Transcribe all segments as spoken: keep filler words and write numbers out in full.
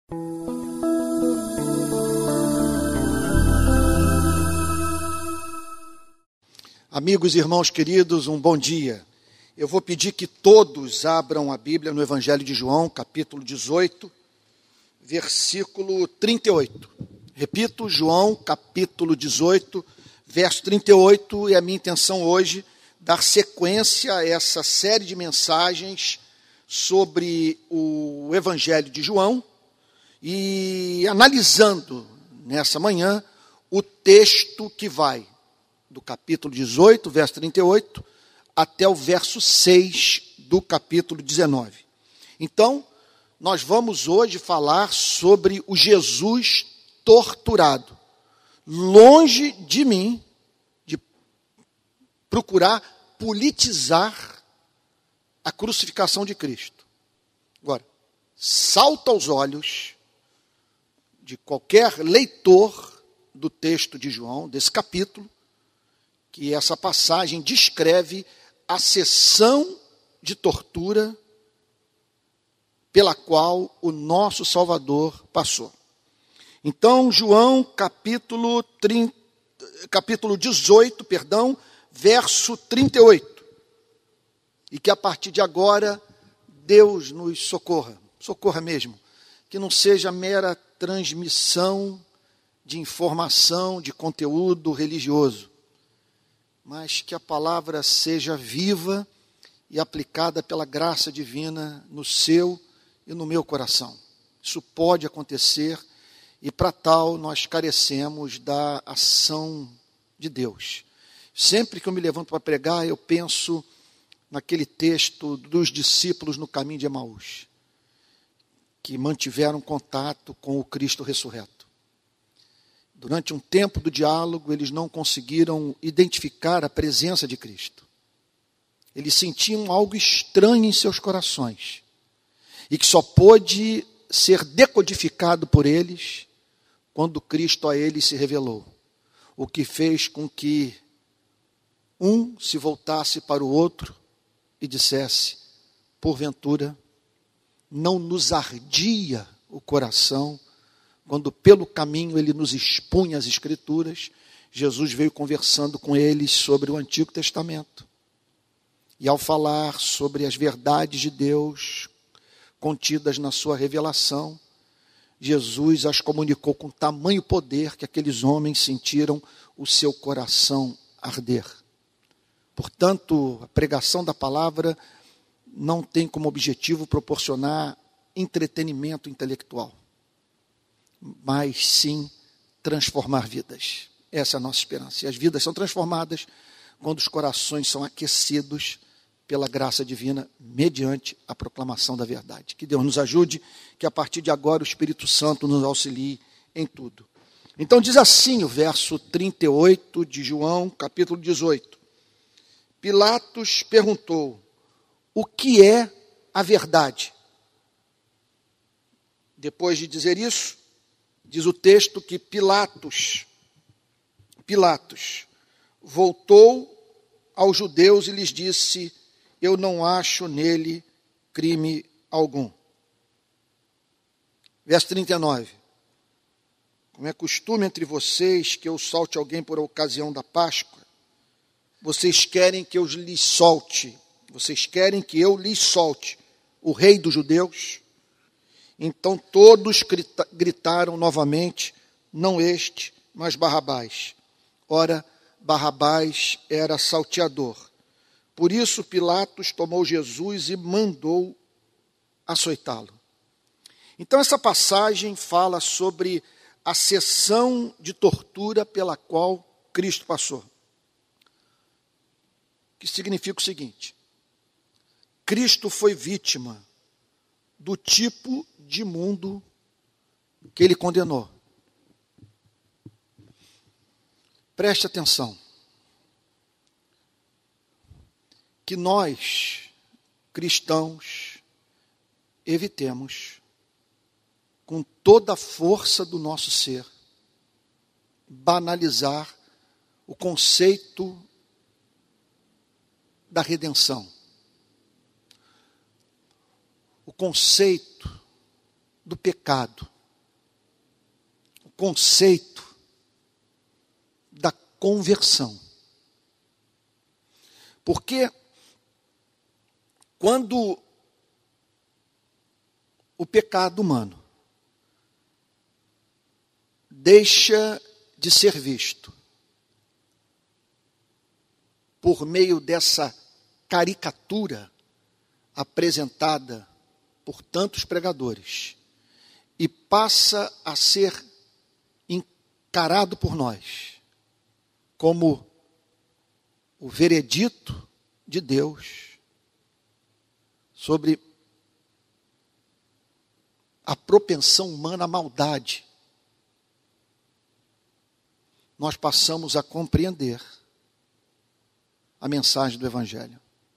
Amigos e irmãos queridos, um bom dia. Eu vou pedir que todos abram a Bíblia no Evangelho de João, capítulo dezoito, versículo trinta e oito. Repito, João, capítulo dezoito, verso trinta e oito, e a minha intenção hoje dar sequência a essa série de mensagens sobre o Evangelho de João e analisando nessa manhã o texto que vai do capítulo dezoito, verso trinta e oito, até o verso seis do capítulo dezenove. Então, nós vamos hoje falar sobre o Jesus torturado. Longe de mim de procurar politizar a crucificação de Cristo. Agora, salta aos olhos de qualquer leitor do texto de João, desse capítulo, que essa passagem descreve a sessão de tortura pela qual o nosso Salvador passou. Então, João, capítulo, trinta, capítulo dezoito, perdão, verso trinta e oito. E que a partir de agora, Deus nos socorra, socorra mesmo, que não seja mera transmissão de informação, de conteúdo religioso, mas que a palavra seja viva e aplicada pela graça divina no seu e no meu coração. Isso pode acontecer e para tal nós carecemos da ação de Deus. Sempre que eu me levanto para pregar, eu penso naquele texto dos discípulos no caminho de Emaús, que mantiveram contato com o Cristo ressurreto. Durante um tempo do diálogo, eles não conseguiram identificar a presença de Cristo. Eles sentiam algo estranho em seus corações, e que só pôde ser decodificado por eles quando Cristo a eles se revelou, o que fez com que um se voltasse para o outro e dissesse: porventura, não nos ardia o coração quando pelo caminho ele nos expunha as Escrituras? Jesus veio conversando com eles sobre o Antigo Testamento. E ao falar sobre as verdades de Deus contidas na sua revelação, Jesus as comunicou com tamanho poder que aqueles homens sentiram o seu coração arder. Portanto, a pregação da palavra não tem como objetivo proporcionar entretenimento intelectual, mas sim transformar vidas. Essa é a nossa esperança. E as vidas são transformadas quando os corações são aquecidos pela graça divina, mediante a proclamação da verdade. Que Deus nos ajude, que a partir de agora o Espírito Santo nos auxilie em tudo. Então diz assim o verso trinta e oito de João, capítulo dezoito. Pilatos perguntou: o que é a verdade? Depois de dizer isso, diz o texto que Pilatos, Pilatos voltou aos judeus e lhes disse: eu não acho nele crime algum. Verso trinta e nove. Como é costume entre vocês que eu solte alguém por ocasião da Páscoa, vocês querem que eu lhes solte, vocês querem que eu lhes solte o rei dos judeus? Então todos gritaram novamente: não este, mas Barrabás. Ora, Barrabás era salteador. Por isso Pilatos tomou Jesus e mandou açoitá-lo. Então essa passagem fala sobre a sessão de tortura pela qual Cristo passou. Que significa o seguinte: Cristo foi vítima do tipo de mundo que ele condenou. Preste atenção. Que nós, cristãos, evitemos, com toda a força do nosso ser, banalizar o conceito da redenção. O conceito do pecado. conceito da conversão. Porque quando o pecado humano deixa de ser visto por meio dessa caricatura apresentada por tantos pregadores e passa a ser encarado por nós como o veredito de Deus sobre a propensão humana à maldade, nós passamos a compreender a mensagem do Evangelho.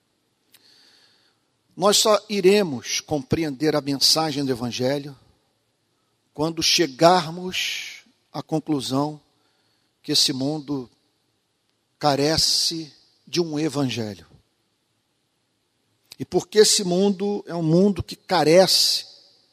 Nós só iremos compreender a mensagem do Evangelho quando chegarmos à conclusão que esse mundo carece de um Evangelho. E porque esse mundo é um mundo que carece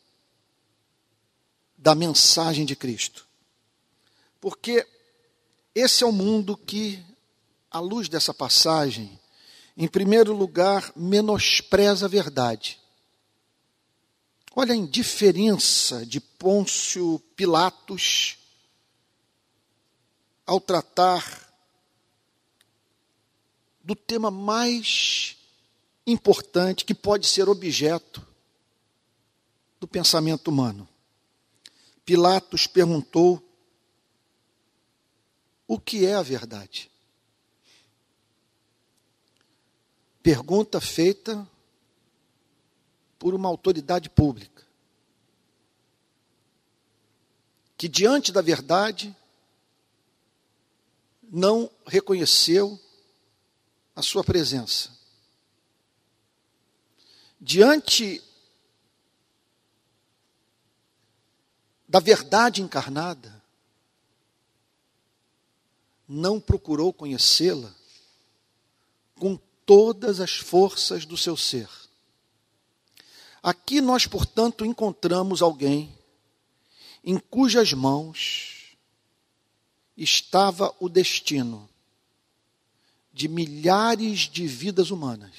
da mensagem de Cristo. Porque esse é o mundo que, à luz dessa passagem, em primeiro lugar, menospreza a verdade. Olha a indiferença de Pôncio Pilatos ao tratar do tema mais importante que pode ser objeto do pensamento humano. Pilatos perguntou: o que é a verdade? Pergunta feita por uma autoridade pública, que diante da verdade não reconheceu a sua presença. Diante da verdade encarnada, não procurou conhecê-la com todas as forças do seu ser. Aqui nós, portanto, encontramos alguém em cujas mãos estava o destino de milhares de vidas humanas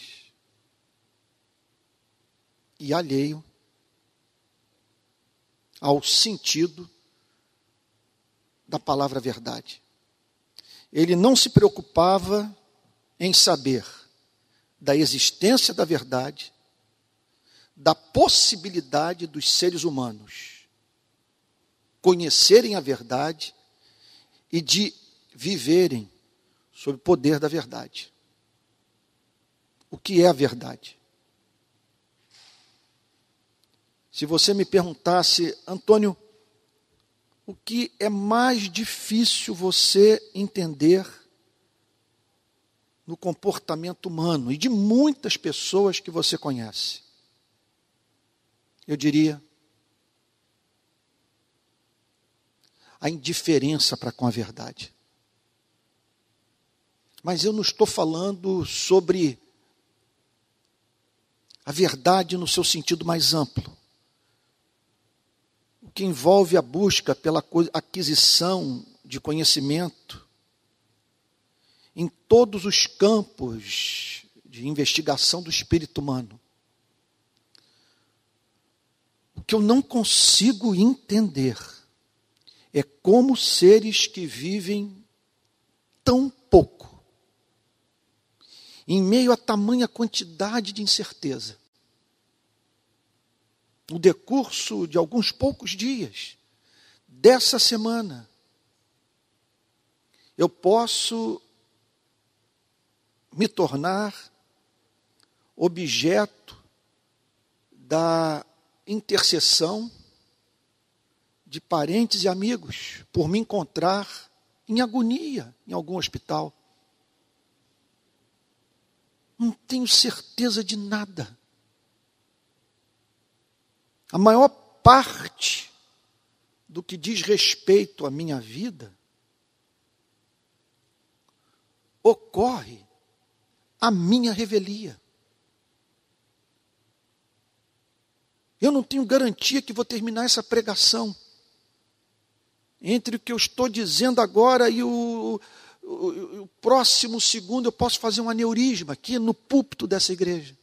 e alheio ao sentido da palavra verdade. Ele não se preocupava em saber da existência da verdade, da possibilidade dos seres humanos conhecerem a verdade e de viverem sob o poder da verdade. O que é a verdade? Se você me perguntasse, Antônio, o que é mais difícil você entender no comportamento humano e de muitas pessoas que você conhece? Eu diria, a indiferença para com a verdade. Mas eu não estou falando sobre a verdade no seu sentido mais amplo, o que envolve a busca pela aquisição de conhecimento em todos os campos de investigação do espírito humano. O que eu não consigo entender é como seres que vivem tão pouco, em meio a tamanha quantidade de incerteza, no decurso de alguns poucos dias dessa semana, eu posso me tornar objeto da intercessão de parentes e amigos por me encontrar em agonia em algum hospital. Não tenho certeza de nada. A maior parte do que diz respeito à minha vida ocorre à minha revelia. Eu não tenho garantia que vou terminar essa pregação Entre o que eu estou dizendo agora e o, o, o próximo segundo eu posso fazer um aneurisma aqui no púlpito dessa igreja.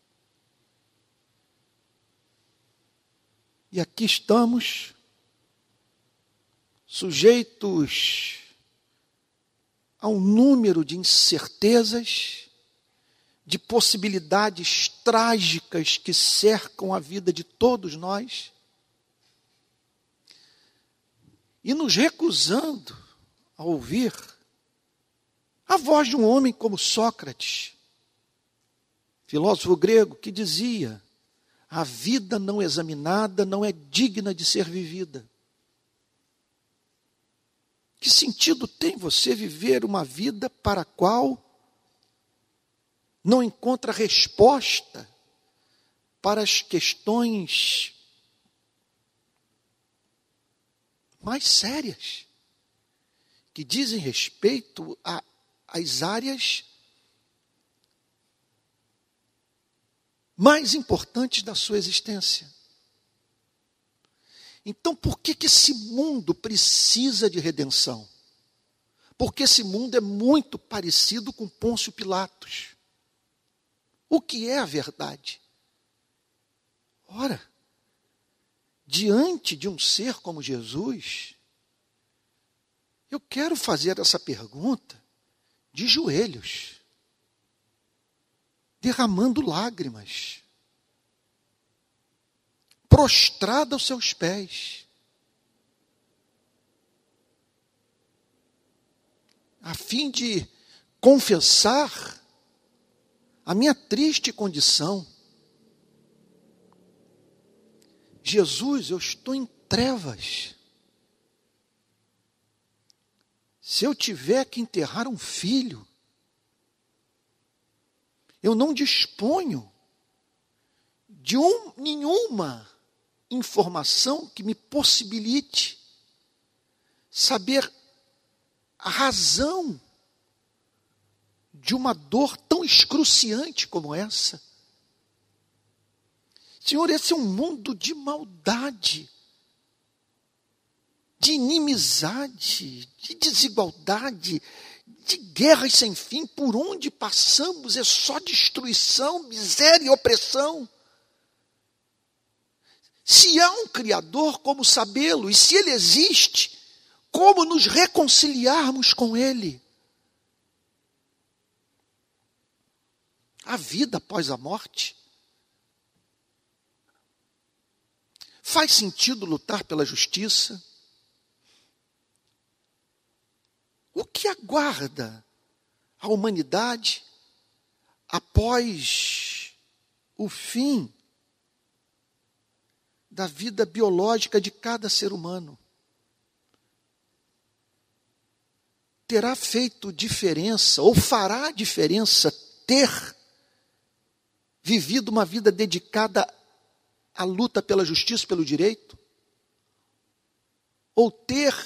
E aqui estamos, sujeitos a um número de incertezas, de possibilidades trágicas que cercam a vida de todos nós, e nos recusando a ouvir a voz de um homem como Sócrates, filósofo grego, que dizia: a vida não examinada não é digna de ser vivida. Que sentido tem você viver uma vida para a qual não encontra resposta para as questões mais sérias, que dizem respeito às áreas mais importantes da sua existência? Então, por que que esse mundo precisa de redenção? Porque esse mundo é muito parecido com Pôncio Pilatos. O que é a verdade? Ora, diante de um ser como Jesus, eu quero fazer essa pergunta de joelhos, derramando lágrimas, prostrado aos seus pés, a fim de confessar a minha triste condição. Jesus, eu estou em trevas. Se eu tiver que enterrar um filho, eu não disponho de um, nenhuma informação que me possibilite saber a razão de uma dor tão excruciante como essa. Senhor, esse é um mundo de maldade, de inimizade, de desigualdade, de guerras sem fim. Por onde passamos é só destruição, miséria e opressão. Se há um Criador, como sabê-lo? E se Ele existe, como nos reconciliarmos com Ele? A vida após a morte? Faz sentido lutar pela justiça? O que aguarda a humanidade após o fim da vida biológica de cada ser humano? Terá feito diferença, ou fará diferença, ter vivido uma vida dedicada à luta pela justiça, pelo direito? Ou ter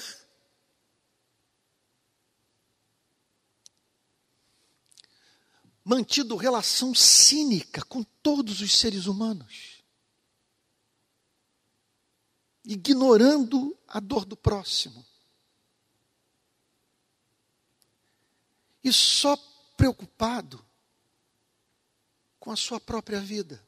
mantido relação cínica com todos os seres humanos, ignorando a dor do próximo, e só preocupado com a sua própria vida?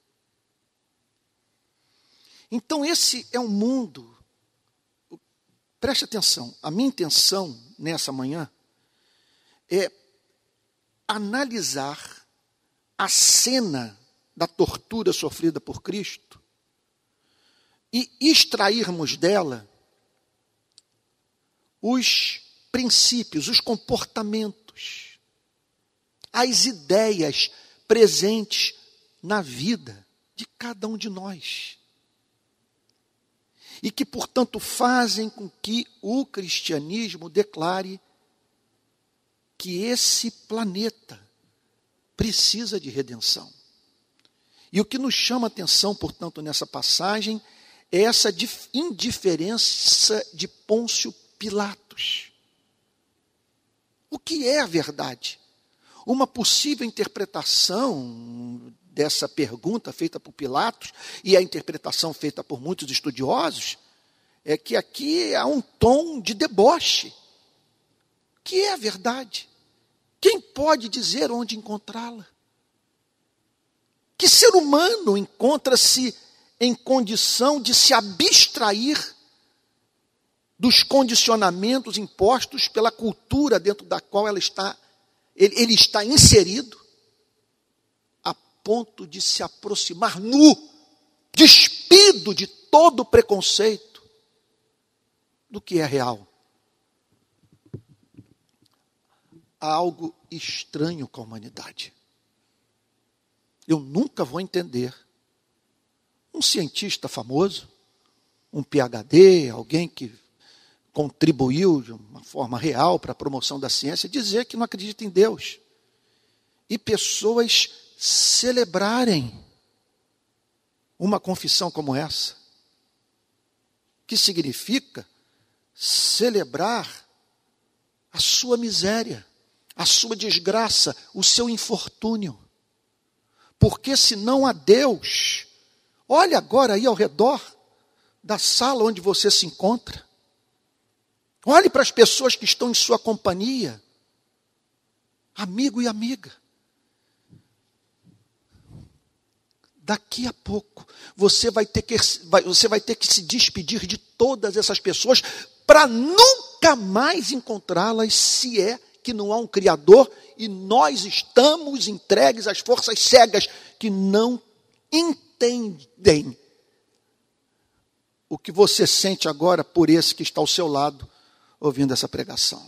Então esse é um mundo, preste atenção, a minha intenção nessa manhã é analisar a cena da tortura sofrida por Cristo e extrairmos dela os princípios, os comportamentos, as ideias presentes na vida de cada um de nós. E que, portanto, fazem com que o cristianismo declare que esse planeta precisa de redenção. E o que nos chama a atenção, portanto, nessa passagem, é essa indiferença de Pôncio Pilatos. O que é a verdade? Uma possível interpretação dessa pergunta feita por Pilatos, e a interpretação feita por muitos estudiosos, é que aqui há um tom de deboche, que é a verdade. Quem pode dizer onde encontrá-la? Que ser humano encontra-se em condição de se abstrair dos condicionamentos impostos pela cultura dentro da qual ela está, ele, ele está inserido, a ponto de se aproximar nu, despido de todo preconceito do que é real. Há algo estranho com a humanidade. Eu nunca vou entender um cientista famoso, um P H D, alguém que contribuiu de uma forma real para a promoção da ciência, dizer que não acredita em Deus. E pessoas celebrarem uma confissão como essa, que significa celebrar a sua miséria, a sua desgraça, o seu infortúnio. Porque se não há Deus, olhe agora aí ao redor da sala onde você se encontra. Olhe para as pessoas que estão em sua companhia, amigo e amiga. Daqui a pouco, você vai ter que, vai, você vai ter que se despedir de todas essas pessoas para nunca mais encontrá-las, se é que não há um Criador e nós estamos entregues às forças cegas que não entendem o que você sente agora por esse que está ao seu lado, ouvindo essa pregação.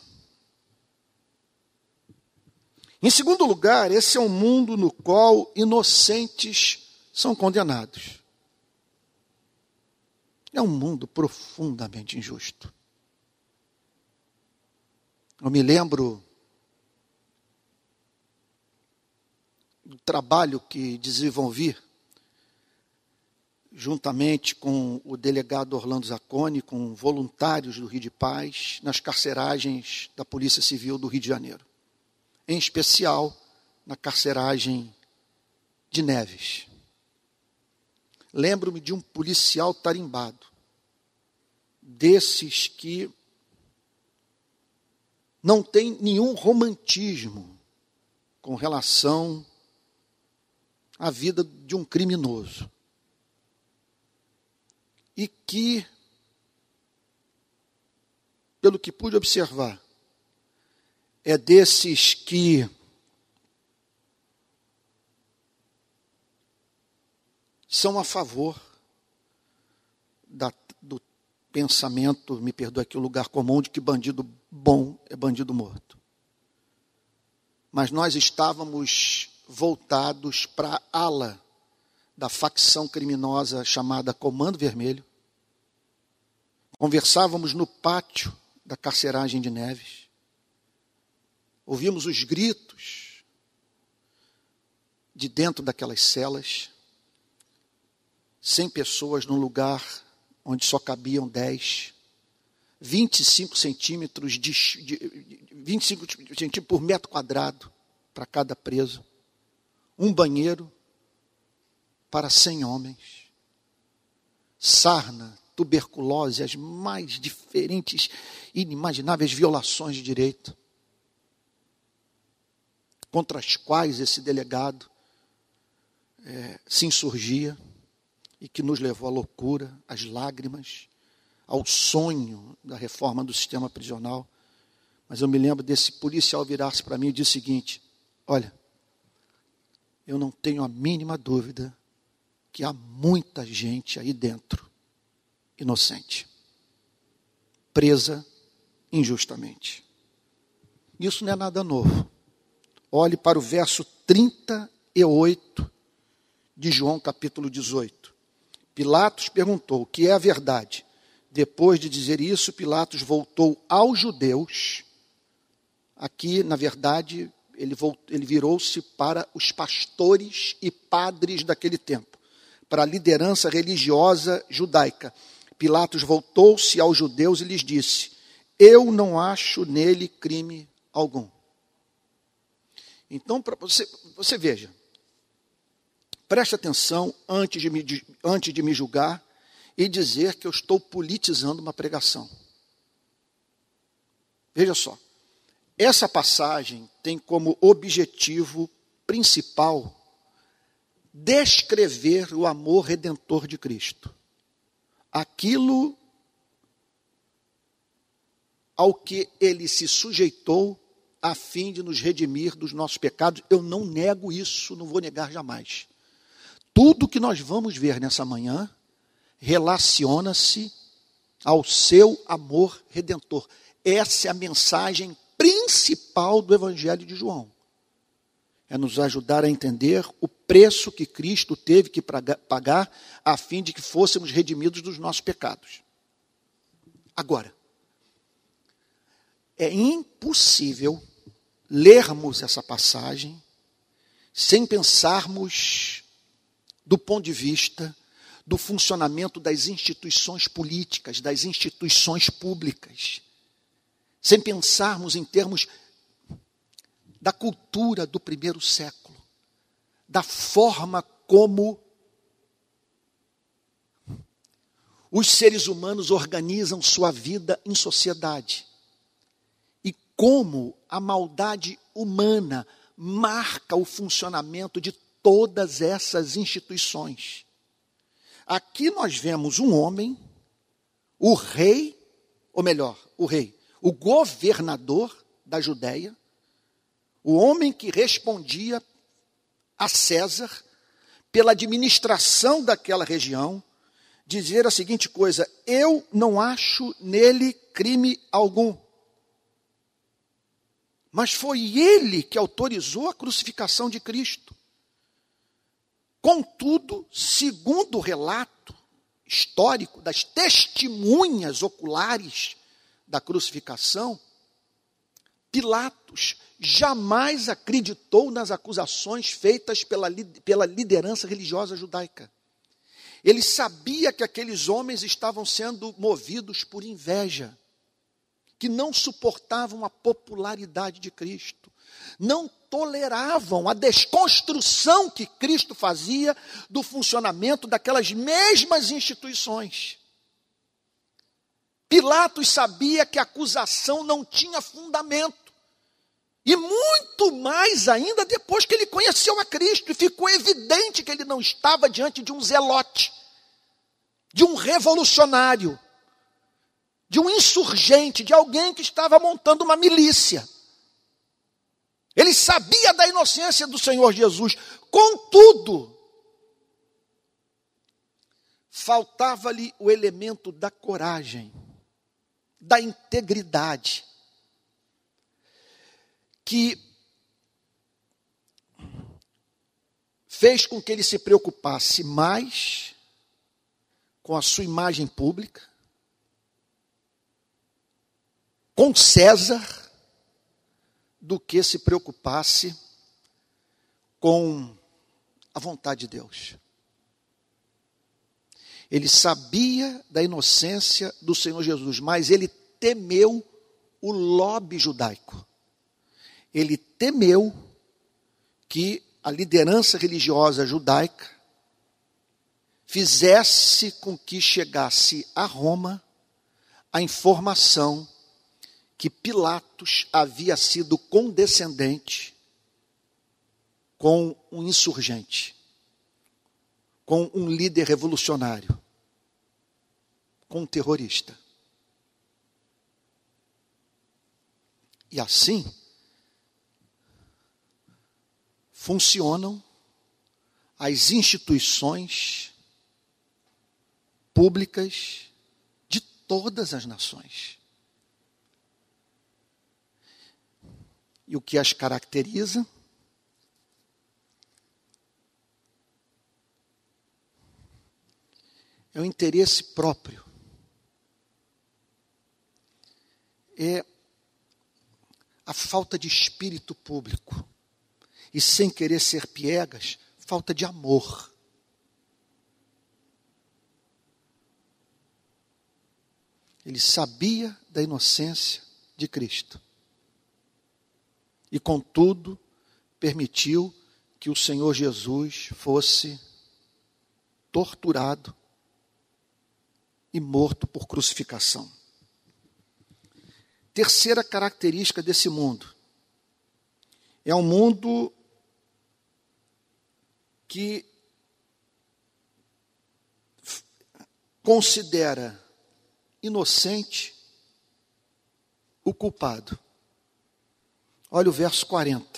Em segundo lugar, esse é um mundo no qual inocentes são condenados. É um mundo profundamente injusto. Eu me lembro do trabalho que desenvolvi juntamente com o delegado Orlando Zacconi, com voluntários do Rio de Paz, nas carceragens da Polícia Civil do Rio de Janeiro. Em especial, na carceragem de Neves. Lembro-me de um policial tarimbado, desses que não tem nenhum romantismo com relação à vida de um criminoso. E que, pelo que pude observar, é desses que são a favor da, do pensamento, me perdoe aqui o lugar comum, de que bandido bom é bandido morto. Mas nós estávamos voltados para a ala da facção criminosa chamada Comando Vermelho. Conversávamos no pátio da carceragem de Neves. Ouvimos os gritos de dentro daquelas celas. Cem pessoas num lugar onde só cabiam dez. vinte e cinco centímetros de, de vinte e cinco centímetros por metro quadrado para cada preso. Um banheiro para cem homens. Sarna, tuberculose, as mais diferentes, inimagináveis violações de direito, contra as quais esse delegado é, se insurgia e que nos levou à loucura, às lágrimas, ao sonho da reforma do sistema prisional. Mas eu me lembro desse policial virar-se para mim e dizer o seguinte: olha, eu não tenho a mínima dúvida que há muita gente aí dentro, inocente, presa injustamente. Isso não é nada novo. Olhe para o verso trinta e oito de João capítulo dezoito. Pilatos perguntou: o que é a verdade? Depois de dizer isso, Pilatos voltou aos judeus. Aqui, na verdade, ele, ele virou-se para os pastores e padres daquele tempo, para a liderança religiosa judaica. Pilatos voltou-se aos judeus e lhes disse: eu não acho nele crime algum. Então, para você, você veja, preste atenção antes de, me, antes de me julgar e dizer que eu estou politizando uma pregação. Veja só, essa passagem tem como objetivo principal descrever o amor redentor de Cristo. Aquilo ao que ele se sujeitou a fim de nos redimir dos nossos pecados. Eu não nego isso, não vou negar jamais. Tudo que nós vamos ver nessa manhã relaciona-se ao seu amor redentor. Essa é a mensagem principal do Evangelho de João. É nos ajudar a entender o preço que Cristo teve que pagar a fim de que fôssemos redimidos dos nossos pecados. Agora, é impossível lermos essa passagem sem pensarmos do ponto de vista do funcionamento das instituições políticas, das instituições públicas, sem pensarmos em termos da cultura do primeiro século, da forma como os seres humanos organizam sua vida em sociedade e como a maldade humana marca o funcionamento de todas essas instituições. Aqui nós vemos um homem, o rei, ou melhor, o rei, o governador da Judéia, o homem que respondia a César pela administração daquela região, dizer a seguinte coisa: eu não acho nele crime algum. Mas foi ele que autorizou a crucificação de Cristo. Contudo, segundo o relato histórico das testemunhas oculares da crucificação, Pilatos jamais acreditou nas acusações feitas pela, pela liderança religiosa judaica. Ele sabia que aqueles homens estavam sendo movidos por inveja, que não suportavam a popularidade de Cristo, não toleravam a desconstrução que Cristo fazia do funcionamento daquelas mesmas instituições. Pilatos sabia que a acusação não tinha fundamento. E muito mais ainda depois que ele conheceu a Cristo e ficou evidente que ele não estava diante de um zelote, de um revolucionário, de um insurgente, de alguém que estava montando uma milícia. Ele sabia da inocência do Senhor Jesus. Contudo, faltava-lhe o elemento da coragem, da integridade, que fez com que ele se preocupasse mais com a sua imagem pública, com César, do que se preocupasse com a vontade de Deus. Ele sabia da inocência do Senhor Jesus, mas ele temeu o lobby judaico. Ele temeu que a liderança religiosa judaica fizesse com que chegasse a Roma a informação que Pilatos havia sido condescendente com um insurgente, com um líder revolucionário, com um terrorista. E assim funcionam as instituições públicas de todas as nações. E o que as caracteriza? É o interesse próprio. É a falta de espírito público. E sem querer ser piegas, falta de amor. Ele sabia da inocência de Cristo. E, contudo, permitiu que o Senhor Jesus fosse torturado e morto por crucificação. Terceira característica desse mundo. É um mundo que considera inocente o culpado. Olha o verso quarenta.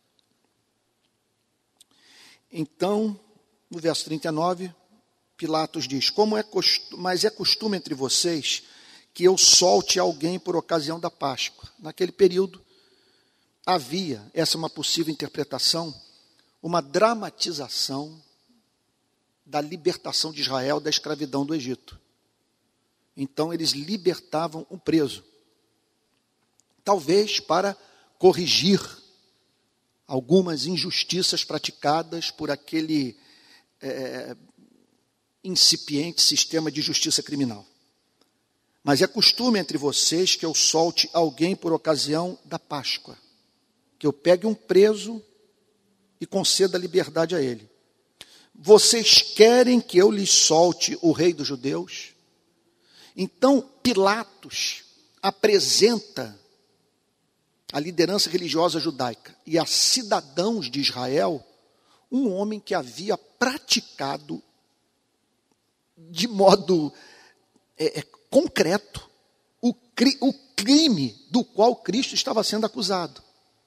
Então, no verso trinta e nove, Pilatos diz: Como é costume, mas é costume entre vocês que eu solte alguém por ocasião da Páscoa. Naquele período, havia, essa é uma possível interpretação, uma dramatização da libertação de Israel da escravidão do Egito. Então, eles libertavam um preso. Talvez para corrigir algumas injustiças praticadas por aquele é, incipiente sistema de justiça criminal. Mas é costume entre vocês que eu solte alguém por ocasião da Páscoa, que eu pegue um preso e conceda liberdade a ele. Vocês querem que eu lhes solte o rei dos judeus? Então, Pilatos apresenta a liderança religiosa judaica e a cidadãos de Israel um homem que havia praticado de modo é, é, concreto o, cri, o crime do qual Cristo estava sendo acusado.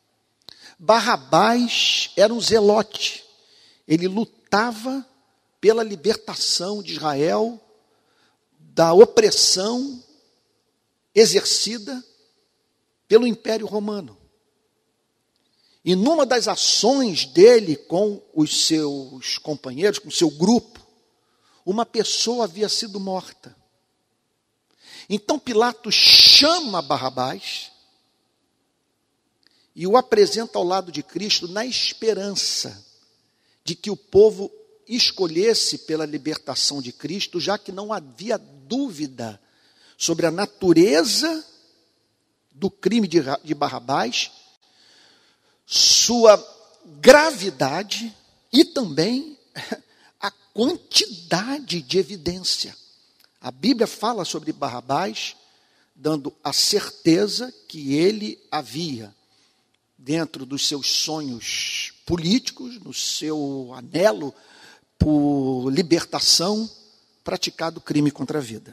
Barrabás era um zelote. Ele lutava pela libertação de Israel da opressão exercida pelo Império Romano. E numa das ações dele com os seus companheiros, com o seu grupo, uma pessoa havia sido morta. Então Pilatos chama Barrabás e o apresenta ao lado de Cristo na esperança de que o povo escolhesse pela libertação de Cristo, já que não havia dúvida sobre a natureza do crime de Barrabás, sua gravidade e também a quantidade de evidência. A Bíblia fala sobre Barrabás, dando a certeza que ele havia, dentro dos seus sonhos políticos, no seu anelo por libertação, praticado crime contra a vida.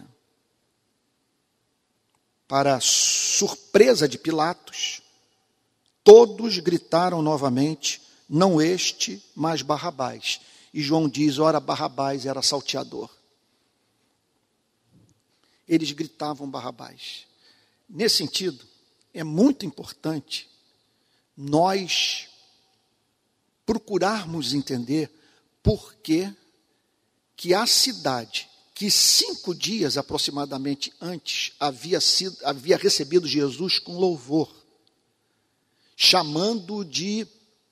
Para surpresa de Pilatos, todos gritaram novamente, não este, mas Barrabás. E João diz, ora, Barrabás era salteador. Eles gritavam Barrabás. Nesse sentido, é muito importante nós procurarmos entender por que que a cidade que cinco dias aproximadamente antes havia, sido, havia recebido Jesus com louvor, chamando de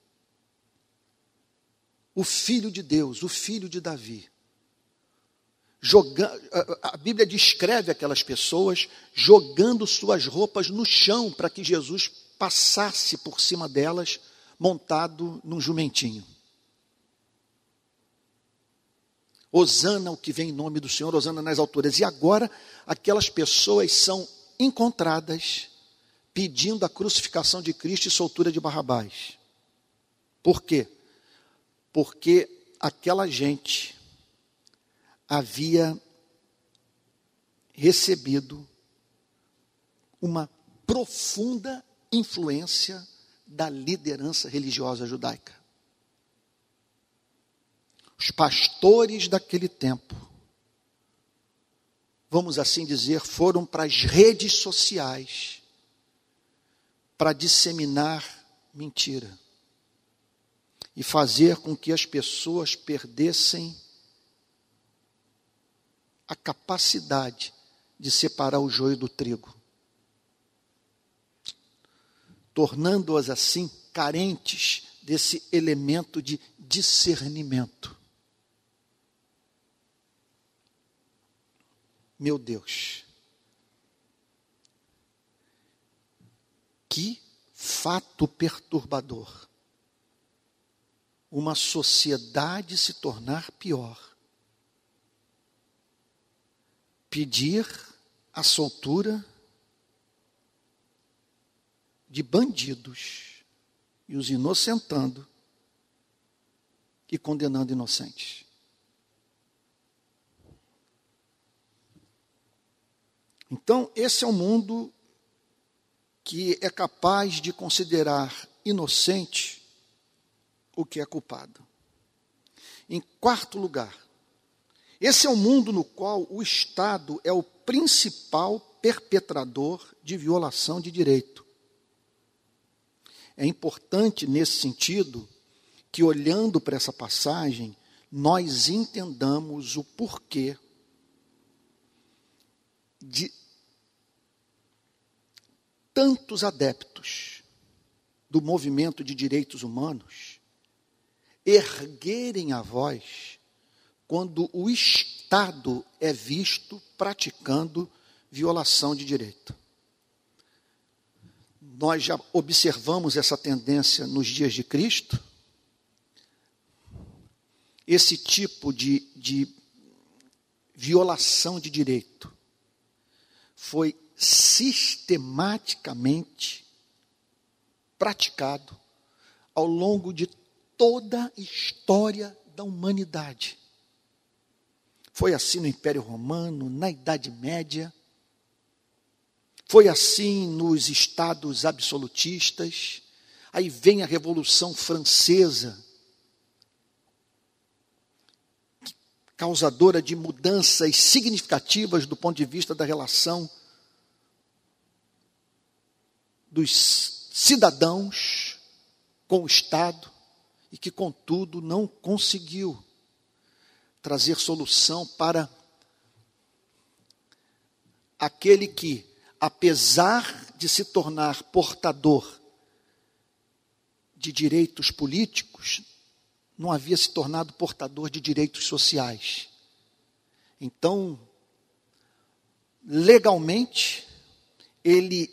o Filho de Deus, o Filho de Davi. Jogando, a Bíblia descreve aquelas pessoas jogando suas roupas no chão para que Jesus passasse por cima delas montado num jumentinho. Hosana o que vem em nome do Senhor, Hosana nas alturas. E agora aquelas pessoas são encontradas pedindo a crucificação de Cristo e soltura de Barrabás. Por quê? Porque aquela gente havia recebido uma profunda influência da liderança religiosa judaica. Os pastores daquele tempo, vamos assim dizer, foram para as redes sociais para disseminar mentira e fazer com que as pessoas perdessem a capacidade de separar o joio do trigo, tornando-as assim carentes desse elemento de discernimento. Meu Deus, que fato perturbador. Uma sociedade se tornar pior. pedir a soltura de bandidos e os inocentando e condenando inocentes. Então, esse é um mundo que é capaz de considerar inocente o que é culpado. Em quarto lugar, esse é um mundo no qual o Estado é o principal perpetrador de violação de direito. É importante, nesse sentido, que olhando para essa passagem, nós entendamos o porquê de tantos adeptos do movimento de direitos humanos erguerem a voz quando o Estado é visto praticando violação de direito. Nós já observamos essa tendência nos dias de Cristo. Esse tipo de, de violação de direito foi sistematicamente praticado ao longo de toda a história da humanidade. Foi assim no Império Romano, na Idade Média, foi assim nos estados absolutistas, aí vem a Revolução Francesa, causadora de mudanças significativas do ponto de vista da relação dos cidadãos com o Estado, e que, contudo, não conseguiu trazer solução para aquele que, apesar de se tornar portador de direitos políticos, não havia se tornado portador de direitos sociais. Então, legalmente, ele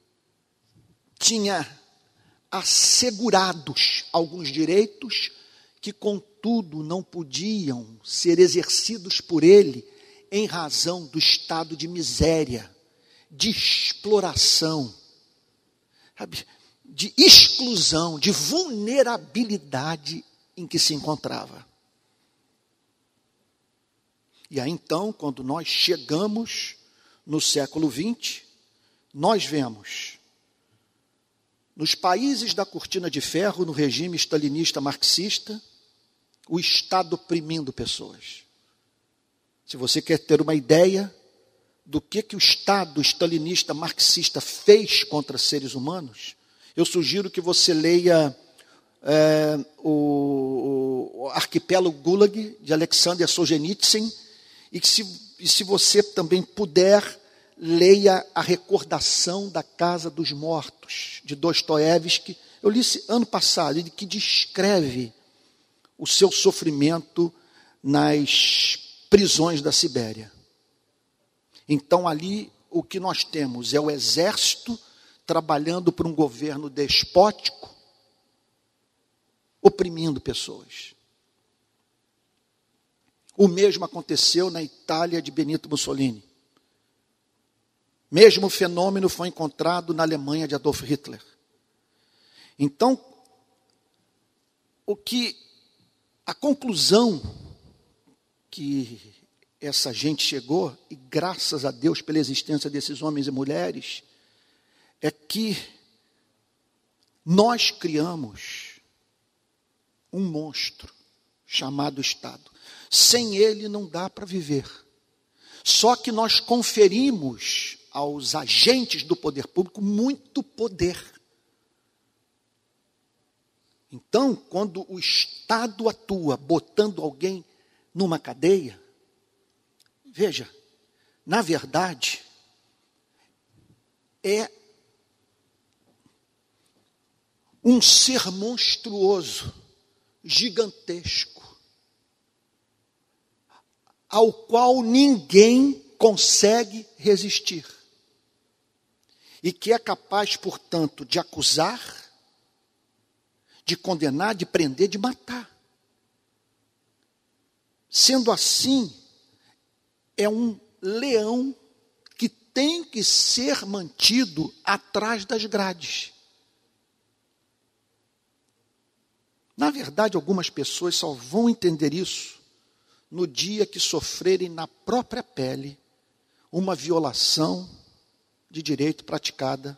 tinha assegurados alguns direitos que, contudo, não podiam ser exercidos por ele em razão do estado de miséria, de exploração, sabe, de exclusão, de vulnerabilidade em que se encontrava. E aí então, quando nós chegamos no século vinte, nós vemos nos países da cortina de ferro, no regime stalinista marxista, o Estado oprimindo pessoas. Se você quer ter uma ideia do que, que o Estado stalinista marxista fez contra seres humanos, eu sugiro que você leia é, o, o Arquipélago Gulag, de Alexander Solzhenitsyn, e que se, e se você também puder, leia A Recordação da Casa dos Mortos, de Dostoiévski. Eu li esse ano passado, que descreve o seu sofrimento nas prisões da Sibéria. Então, ali, o que nós temos é o exército trabalhando para um governo despótico, oprimindo pessoas. O mesmo aconteceu na Itália de Benito Mussolini. Mesmo fenômeno foi encontrado na Alemanha de Adolf Hitler. Então, o que a conclusão que essa gente chegou, e graças a Deus pela existência desses homens e mulheres, é que nós criamos um monstro chamado Estado. Sem ele não dá para viver. Só que nós conferimos aos agentes do poder público muito poder. Então, quando o Estado atua botando alguém numa cadeia, veja, na verdade, é um ser monstruoso, gigantesco, ao qual ninguém consegue resistir. E que é capaz, portanto, de acusar, de condenar, de prender, de matar. Sendo assim, é um leão que tem que ser mantido atrás das grades. Na verdade, algumas pessoas só vão entender isso no dia que sofrerem na própria pele uma violação de direito praticada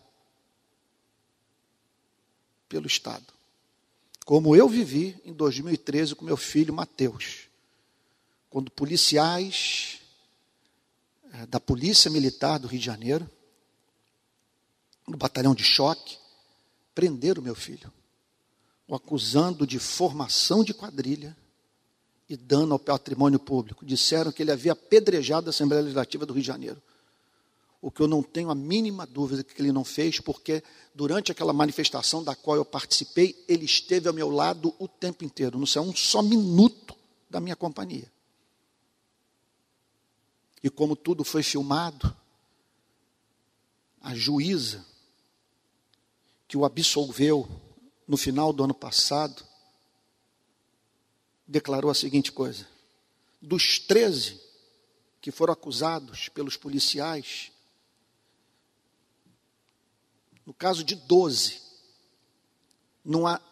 pelo Estado. Como eu vivi em dois mil e treze com meu filho Mateus, quando policiais é, da Polícia Militar do Rio de Janeiro, no batalhão de choque, prenderam meu filho, o acusando de formação de quadrilha e dano ao patrimônio público. Disseram que ele havia apedrejado a Assembleia Legislativa do Rio de Janeiro. O que eu não tenho a mínima dúvida que ele não fez, porque durante aquela manifestação da qual eu participei, ele esteve ao meu lado o tempo inteiro, não sei, um só minuto da minha companhia. E como tudo foi filmado, a juíza que o absolveu no final do ano passado, declarou a seguinte coisa: dos treze que foram acusados pelos policiais, no caso de doze, não há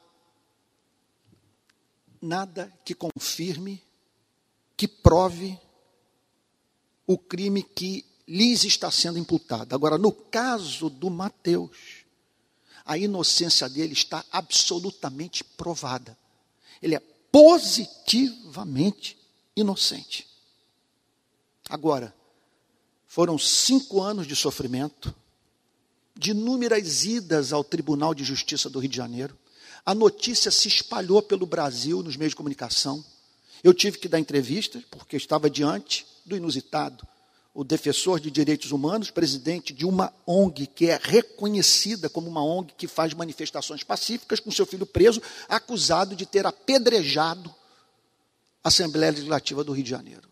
nada que confirme, que prove o crime que lhes está sendo imputado. Agora, no caso do Mateus, a inocência dele está absolutamente provada. Ele é positivamente inocente. Agora, foram cinco anos de sofrimento, de inúmeras idas ao Tribunal de Justiça do Rio de Janeiro. A notícia se espalhou pelo Brasil, nos meios de comunicação. Eu tive que dar entrevistas, porque estava diante do inusitado. O defensor de direitos humanos, presidente de uma O N G que é reconhecida como uma O N G que faz manifestações pacíficas, com seu filho preso, acusado de ter apedrejado a Assembleia Legislativa do Rio de Janeiro.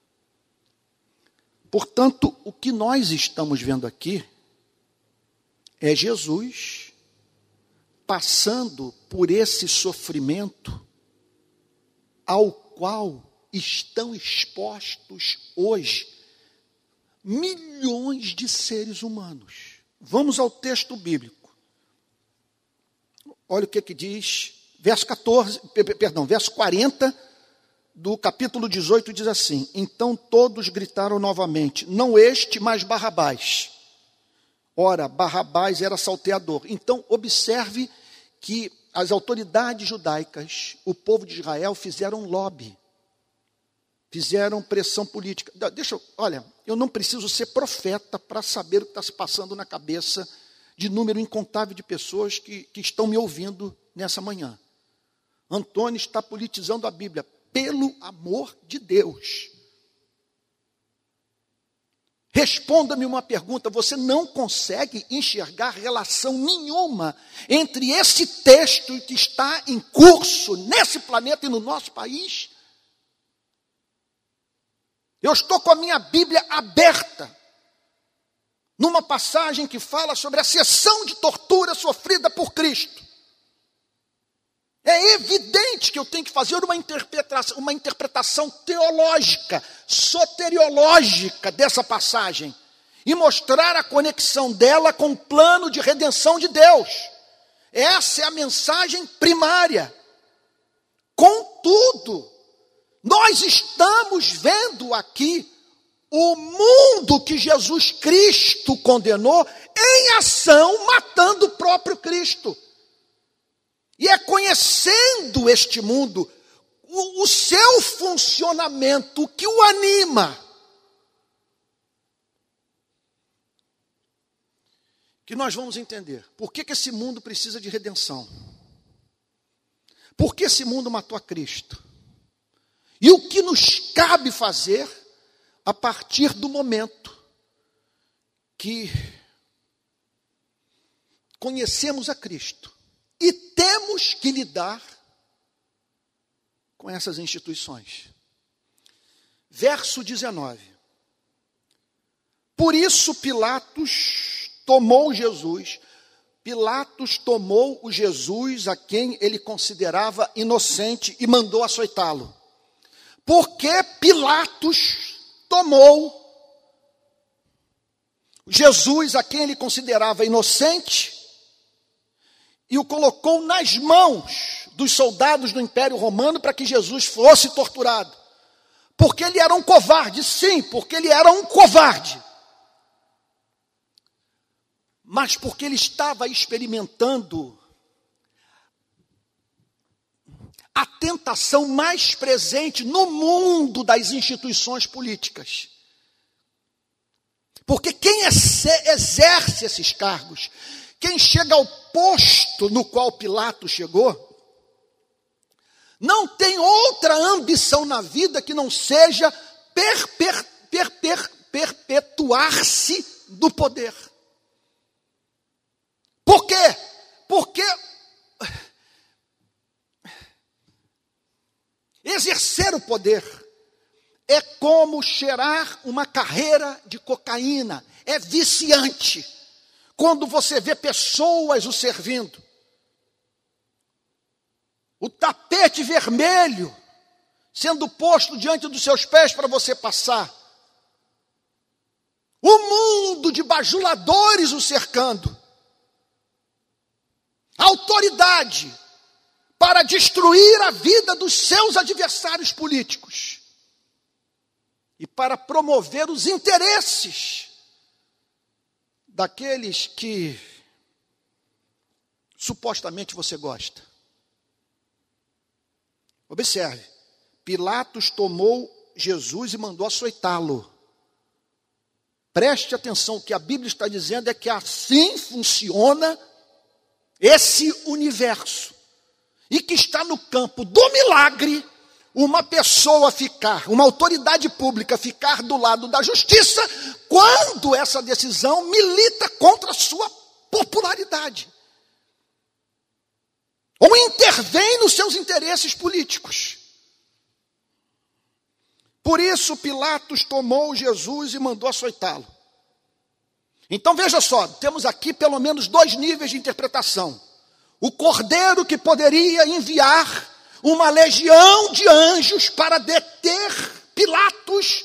Portanto, o que nós estamos vendo aqui é Jesus passando por esse sofrimento ao qual estão expostos hoje milhões de seres humanos. Vamos ao texto bíblico. Olha o que que diz, verso catorze, perdão, verso quarenta do capítulo dezoito diz assim: então todos gritaram novamente, não este, mas Barrabás. Ora, Barrabás era salteador. Então, observe que as autoridades judaicas, o povo de Israel, fizeram lobby. Fizeram pressão política. Deixa eu, olha, eu não preciso ser profeta para saber o que está se passando na cabeça de número incontável de pessoas que, que estão me ouvindo nessa manhã. Antônio está politizando a Bíblia. Pelo amor de Deus. Responda-me uma pergunta: você não consegue enxergar relação nenhuma entre esse texto que está em curso nesse planeta e no nosso país? Eu estou com a minha Bíblia aberta, numa passagem que fala sobre a sessão de tortura sofrida por Cristo. É evidente que eu tenho que fazer uma interpretação, uma interpretação teológica, soteriológica dessa passagem e mostrar a conexão dela com o plano de redenção de Deus. Essa é a mensagem primária. Contudo, nós estamos vendo aqui o mundo que Jesus Cristo condenou em ação, matando o próprio Cristo. E é conhecendo este mundo, o, o seu funcionamento, o que o anima, que nós vamos entender por que, que esse mundo precisa de redenção. Por que esse mundo matou a Cristo? E o que nos cabe fazer a partir do momento que conhecemos a Cristo e temos que lidar com essas instituições. Verso dezenove. Por isso Pilatos tomou Jesus. Pilatos tomou o Jesus a quem ele considerava inocente e mandou açoitá-lo. Porque Pilatos tomou Jesus, a quem ele considerava inocente, e o colocou nas mãos dos soldados do Império Romano para que Jesus fosse torturado. Porque ele era um covarde, sim, porque ele era um covarde. Mas porque ele estava experimentando a tentação mais presente no mundo das instituições políticas. Porque quem exerce esses cargos, quem chega ao posto no qual Pilatos chegou, não tem outra ambição na vida que não seja perper, perper, perpetuar-se do poder. Por quê? Porque exercer o poder é como cheirar uma carreira de cocaína, é viciante. Quando você vê pessoas o servindo, o tapete vermelho sendo posto diante dos seus pés para você passar, o mundo de bajuladores o cercando, a autoridade para destruir a vida dos seus adversários políticos e para promover os interesses daqueles que supostamente você gosta. Observe, Pilatos tomou Jesus e mandou açoitá-lo. Preste atenção, o que a Bíblia está dizendo é que assim funciona esse universo. E que está no campo do milagre, uma pessoa ficar, uma autoridade pública ficar do lado da justiça, quando essa decisão milita contra a sua popularidade. Ou intervém nos seus interesses políticos. Por isso Pilatos tomou Jesus e mandou açoitá-lo. Então veja só, temos aqui pelo menos dois níveis de interpretação. O cordeiro que poderia enviar uma legião de anjos para deter Pilatos,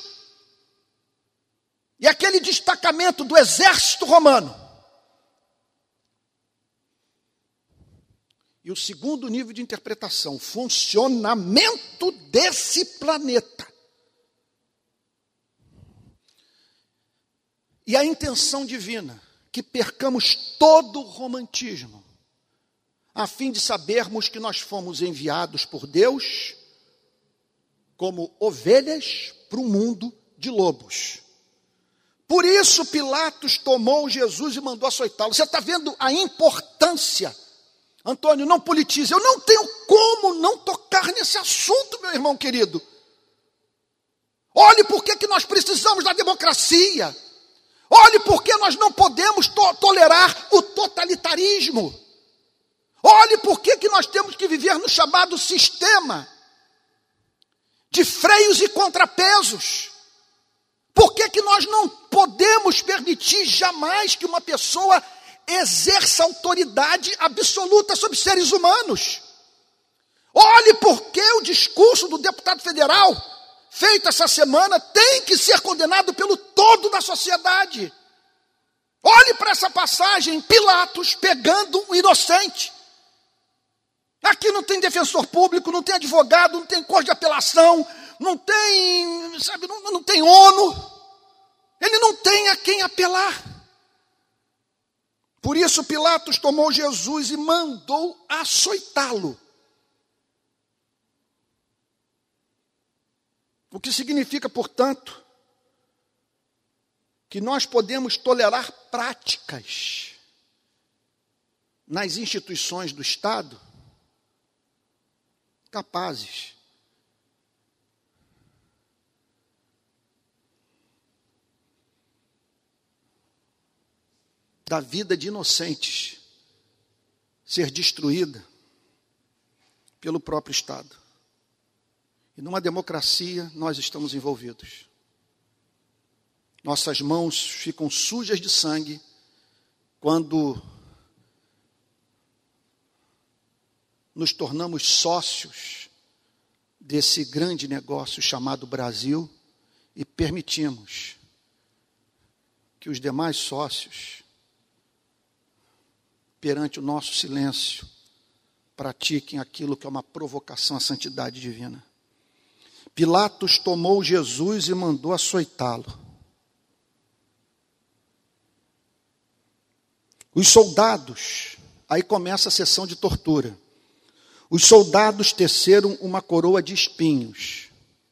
e aquele destacamento do exército romano. E o segundo nível de interpretação, o funcionamento desse planeta. E a intenção divina, que percamos todo o romantismo, a fim de sabermos que nós fomos enviados por Deus como ovelhas para um mundo de lobos. Por isso Pilatos tomou Jesus e mandou açoitá-lo. Você está vendo a importância? Antônio, não politize. Eu não tenho como não tocar nesse assunto, meu irmão querido. Olhe por que que nós precisamos da democracia. Olhe por que nós não podemos to- tolerar o totalitarismo. Olhe por que que nós temos que viver no chamado sistema de freios e contrapesos. Por que que nós não podemos permitir jamais que uma pessoa exerça autoridade absoluta sobre seres humanos? Olhe por que o discurso do deputado federal, feito essa semana, tem que ser condenado pelo todo da sociedade. Olhe para essa passagem, Pilatos pegando o inocente. Aqui não tem defensor público, não tem advogado, não tem corte de apelação, não tem, sabe, não, não tem ONU. Ele não tem a quem apelar. Por isso Pilatos tomou Jesus e mandou açoitá-lo. O que significa, portanto, que nós podemos tolerar práticas nas instituições do Estado capazes da vida de inocentes ser destruída pelo próprio Estado. E numa democracia nós estamos envolvidos. Nossas mãos ficam sujas de sangue quando nos tornamos sócios desse grande negócio chamado Brasil e permitimos que que os demais sócios, perante o nosso silêncio, pratiquem aquilo que é uma provocação à santidade divina. Pilatos tomou Jesus e mandou açoitá-lo. Os soldados, aí começa a sessão de tortura. Os soldados teceram uma coroa de espinhos.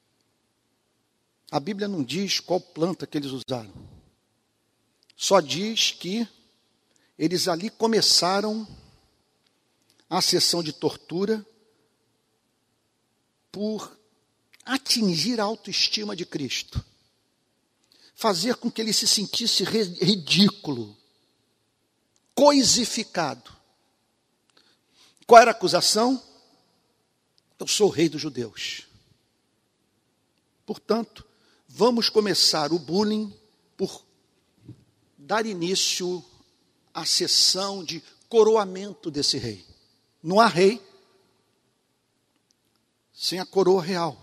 A Bíblia não diz qual planta que eles usaram. Só diz que eles ali começaram a sessão de tortura por atingir a autoestima de Cristo. Fazer com que ele se sentisse ridículo, coisificado. Qual era a acusação? Eu sou o rei dos judeus. Portanto, vamos começar o bullying por dar início à sessão de coroamento desse rei. Não há rei sem a coroa real.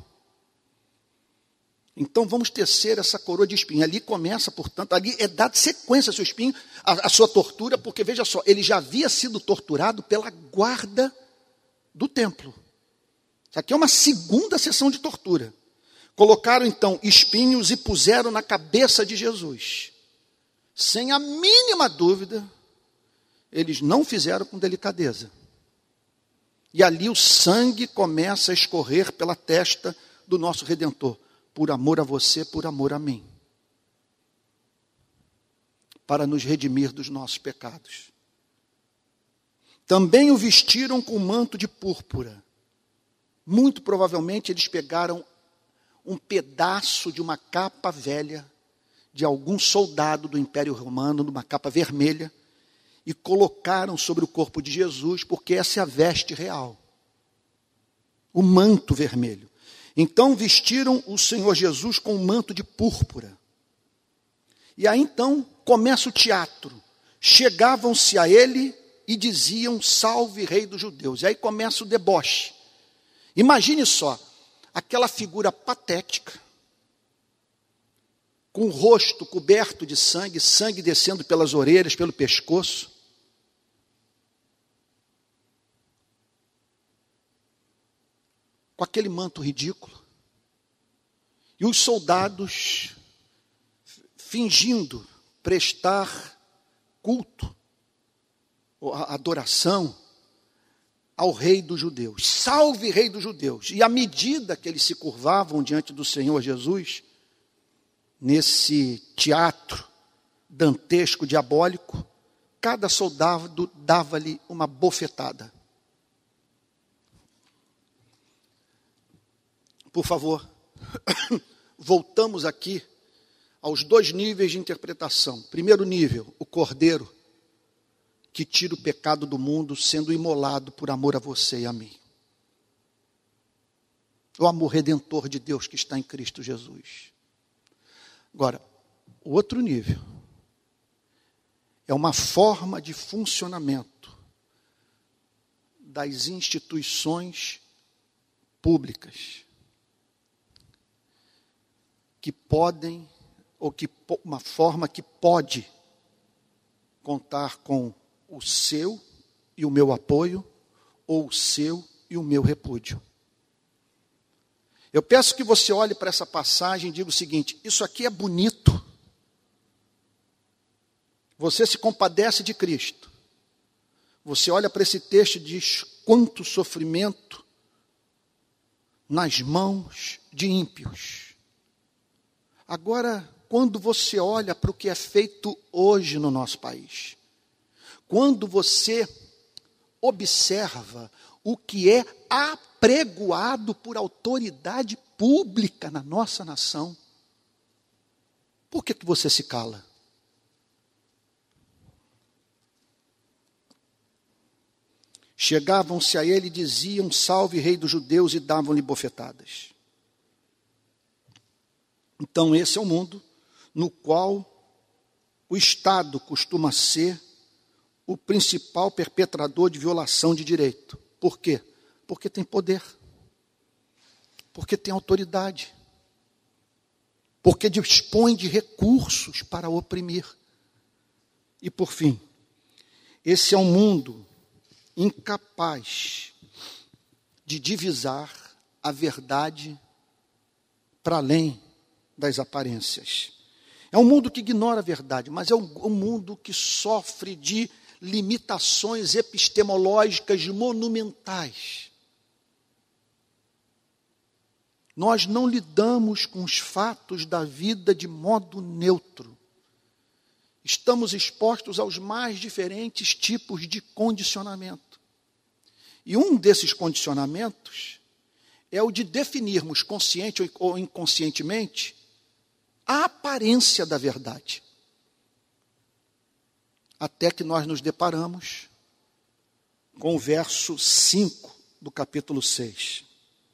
Então vamos tecer essa coroa de espinho. Ali começa, portanto, ali é dada sequência ao seu espinho, a, a sua tortura, porque veja só, ele já havia sido torturado pela guarda do templo. Isso aqui é uma segunda sessão de tortura. Colocaram então espinhos e puseram na cabeça de Jesus. Sem a mínima dúvida, eles não fizeram com delicadeza. E ali o sangue começa a escorrer pela testa do nosso Redentor. Por amor a você, por amor a mim. Para nos redimir dos nossos pecados. Também o vestiram com manto de púrpura. Muito provavelmente eles pegaram um pedaço de uma capa velha de algum soldado do Império Romano, numa capa vermelha, e colocaram sobre o corpo de Jesus, porque essa é a veste real. O manto vermelho. Então vestiram o Senhor Jesus com um manto de púrpura. E aí então começa o teatro. Chegavam-se a ele e diziam, salve rei dos judeus. E aí começa o deboche. Imagine só, aquela figura patética, com o rosto coberto de sangue, sangue descendo pelas orelhas, pelo pescoço. Com aquele manto ridículo. E os soldados fingindo prestar culto, adoração ao rei dos judeus. Salve rei dos judeus. E à medida que eles se curvavam diante do Senhor Jesus, nesse teatro dantesco, diabólico, cada soldado dava-lhe uma bofetada. Por favor, voltamos aqui aos dois níveis de interpretação. Primeiro nível, o cordeiro que tira o pecado do mundo, sendo imolado por amor a você e a mim. O amor redentor de Deus que está em Cristo Jesus. Agora, o outro nível é uma forma de funcionamento das instituições públicas que podem, ou que uma forma que pode contar com o seu e o meu apoio, ou o seu e o meu repúdio. Eu peço que você olhe para essa passagem e diga o seguinte, isso aqui é bonito. Você se compadece de Cristo. Você olha para esse texto e diz, quanto sofrimento nas mãos de ímpios. Agora, quando você olha para o que é feito hoje no nosso país, quando você observa o que é apregoado por autoridade pública na nossa nação, por que que você se cala? Chegavam-se a ele e diziam, salve rei dos judeus, e davam-lhe bofetadas. Então esse é o mundo no qual o Estado costuma ser o principal perpetrador de violação de direito. Por quê? Porque tem poder. Porque tem autoridade. Porque dispõe de recursos para oprimir. E por fim, esse é um mundo incapaz de divisar a verdade para além das aparências. É um mundo que ignora a verdade, mas é um, um mundo que sofre de limitações epistemológicas monumentais. Nós não lidamos com os fatos da vida de modo neutro. Estamos expostos aos mais diferentes tipos de condicionamento. E um desses condicionamentos é o de definirmos, consciente ou inconscientemente, a aparência da verdade. Até que nós nos deparamos com o verso cinco do capítulo seis.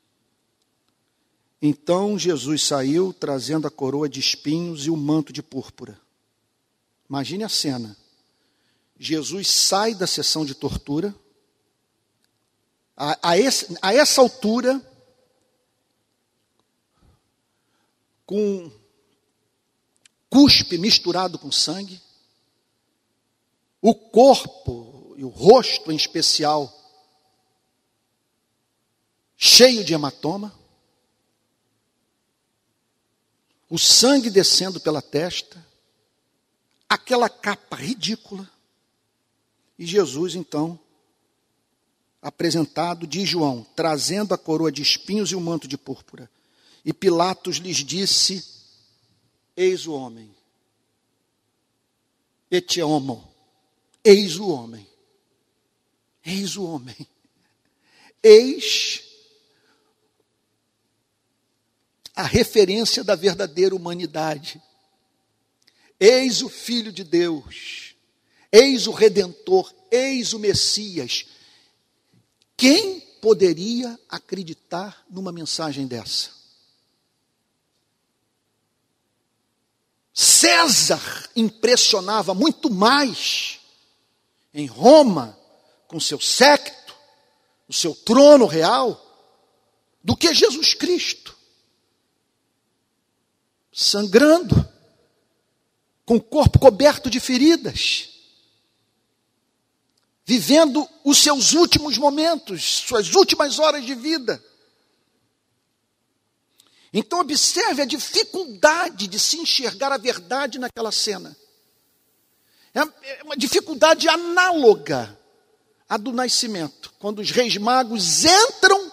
Então Jesus saiu trazendo a coroa de espinhos e o manto de púrpura. Imagine a cena. Jesus sai da sessão de tortura. A, a, esse, a essa altura, com cuspe misturado com sangue, o corpo e o rosto em especial cheio de hematoma, o sangue descendo pela testa, aquela capa ridícula, e Jesus então apresentado, diz João, trazendo a coroa de espinhos e o manto de púrpura. E Pilatos lhes disse: eis o homem. Ete homo. Eis o homem. Eis o homem. Eis a referência da verdadeira humanidade. Eis o Filho de Deus. Eis o Redentor. Eis o Messias. Quem poderia acreditar numa mensagem dessa? César impressionava muito mais em Roma, com seu séquito, o seu trono real, do que Jesus Cristo. Sangrando, com o corpo coberto de feridas, vivendo os seus últimos momentos, suas últimas horas de vida. Então observe a dificuldade de se enxergar a verdade naquela cena. É uma dificuldade análoga à do nascimento, quando os reis magos entram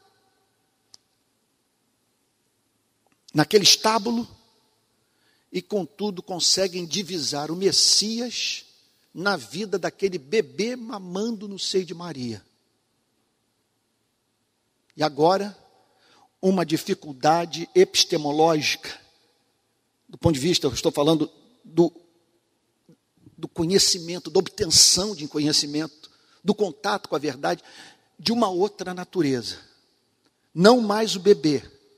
naquele estábulo e, contudo, conseguem divisar o Messias na vida daquele bebê mamando no seio de Maria. E agora, uma dificuldade epistemológica, do ponto de vista, eu estou falando do, do conhecimento, da obtenção de conhecimento, do contato com a verdade, de uma outra natureza. Não mais o bebê,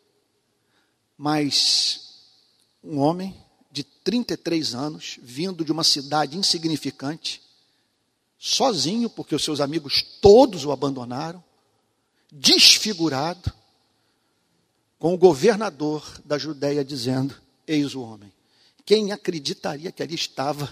mas um homem de trinta e três anos, vindo de uma cidade insignificante, sozinho, porque os seus amigos todos o abandonaram, desfigurado, com o governador da Judéia dizendo: eis o homem. Quem acreditaria que ali estava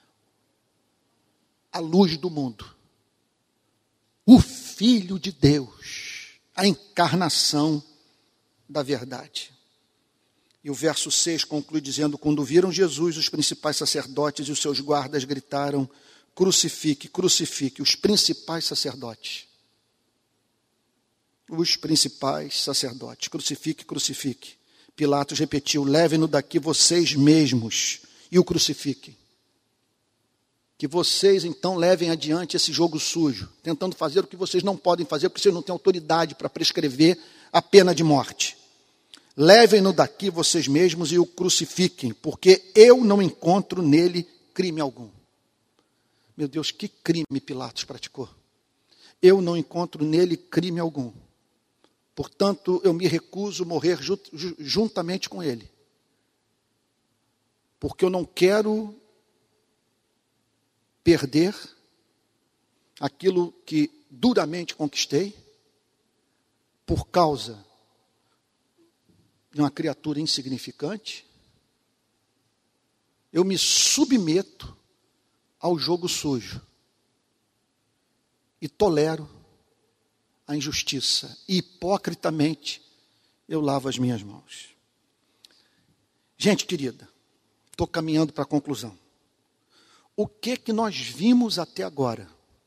a luz do mundo? O Filho de Deus, a encarnação da verdade. E o verso seis conclui dizendo: quando viram Jesus, os principais sacerdotes e os seus guardas gritaram: crucifique, crucifique. Os principais sacerdotes. Os principais sacerdotes. Crucifique, crucifique. Pilatos repetiu: levem-no daqui vocês mesmos e o crucifiquem. Que vocês então levem adiante esse jogo sujo, tentando fazer o que vocês não podem fazer, porque vocês não têm autoridade para prescrever a pena de morte. Levem-no daqui vocês mesmos e o crucifiquem, porque eu não encontro nele crime algum. Meu Deus, que crime Pilatos praticou? Eu não encontro nele crime algum. Portanto, eu me recuso a morrer juntamente com ele. Porque eu não quero perder aquilo que duramente conquistei por causa de uma criatura insignificante. Eu me submeto ao jogo sujo e tolero a injustiça. E hipocritamente eu lavo as minhas mãos. Gente querida, estou caminhando para a conclusão. O que que nós vimos até agora?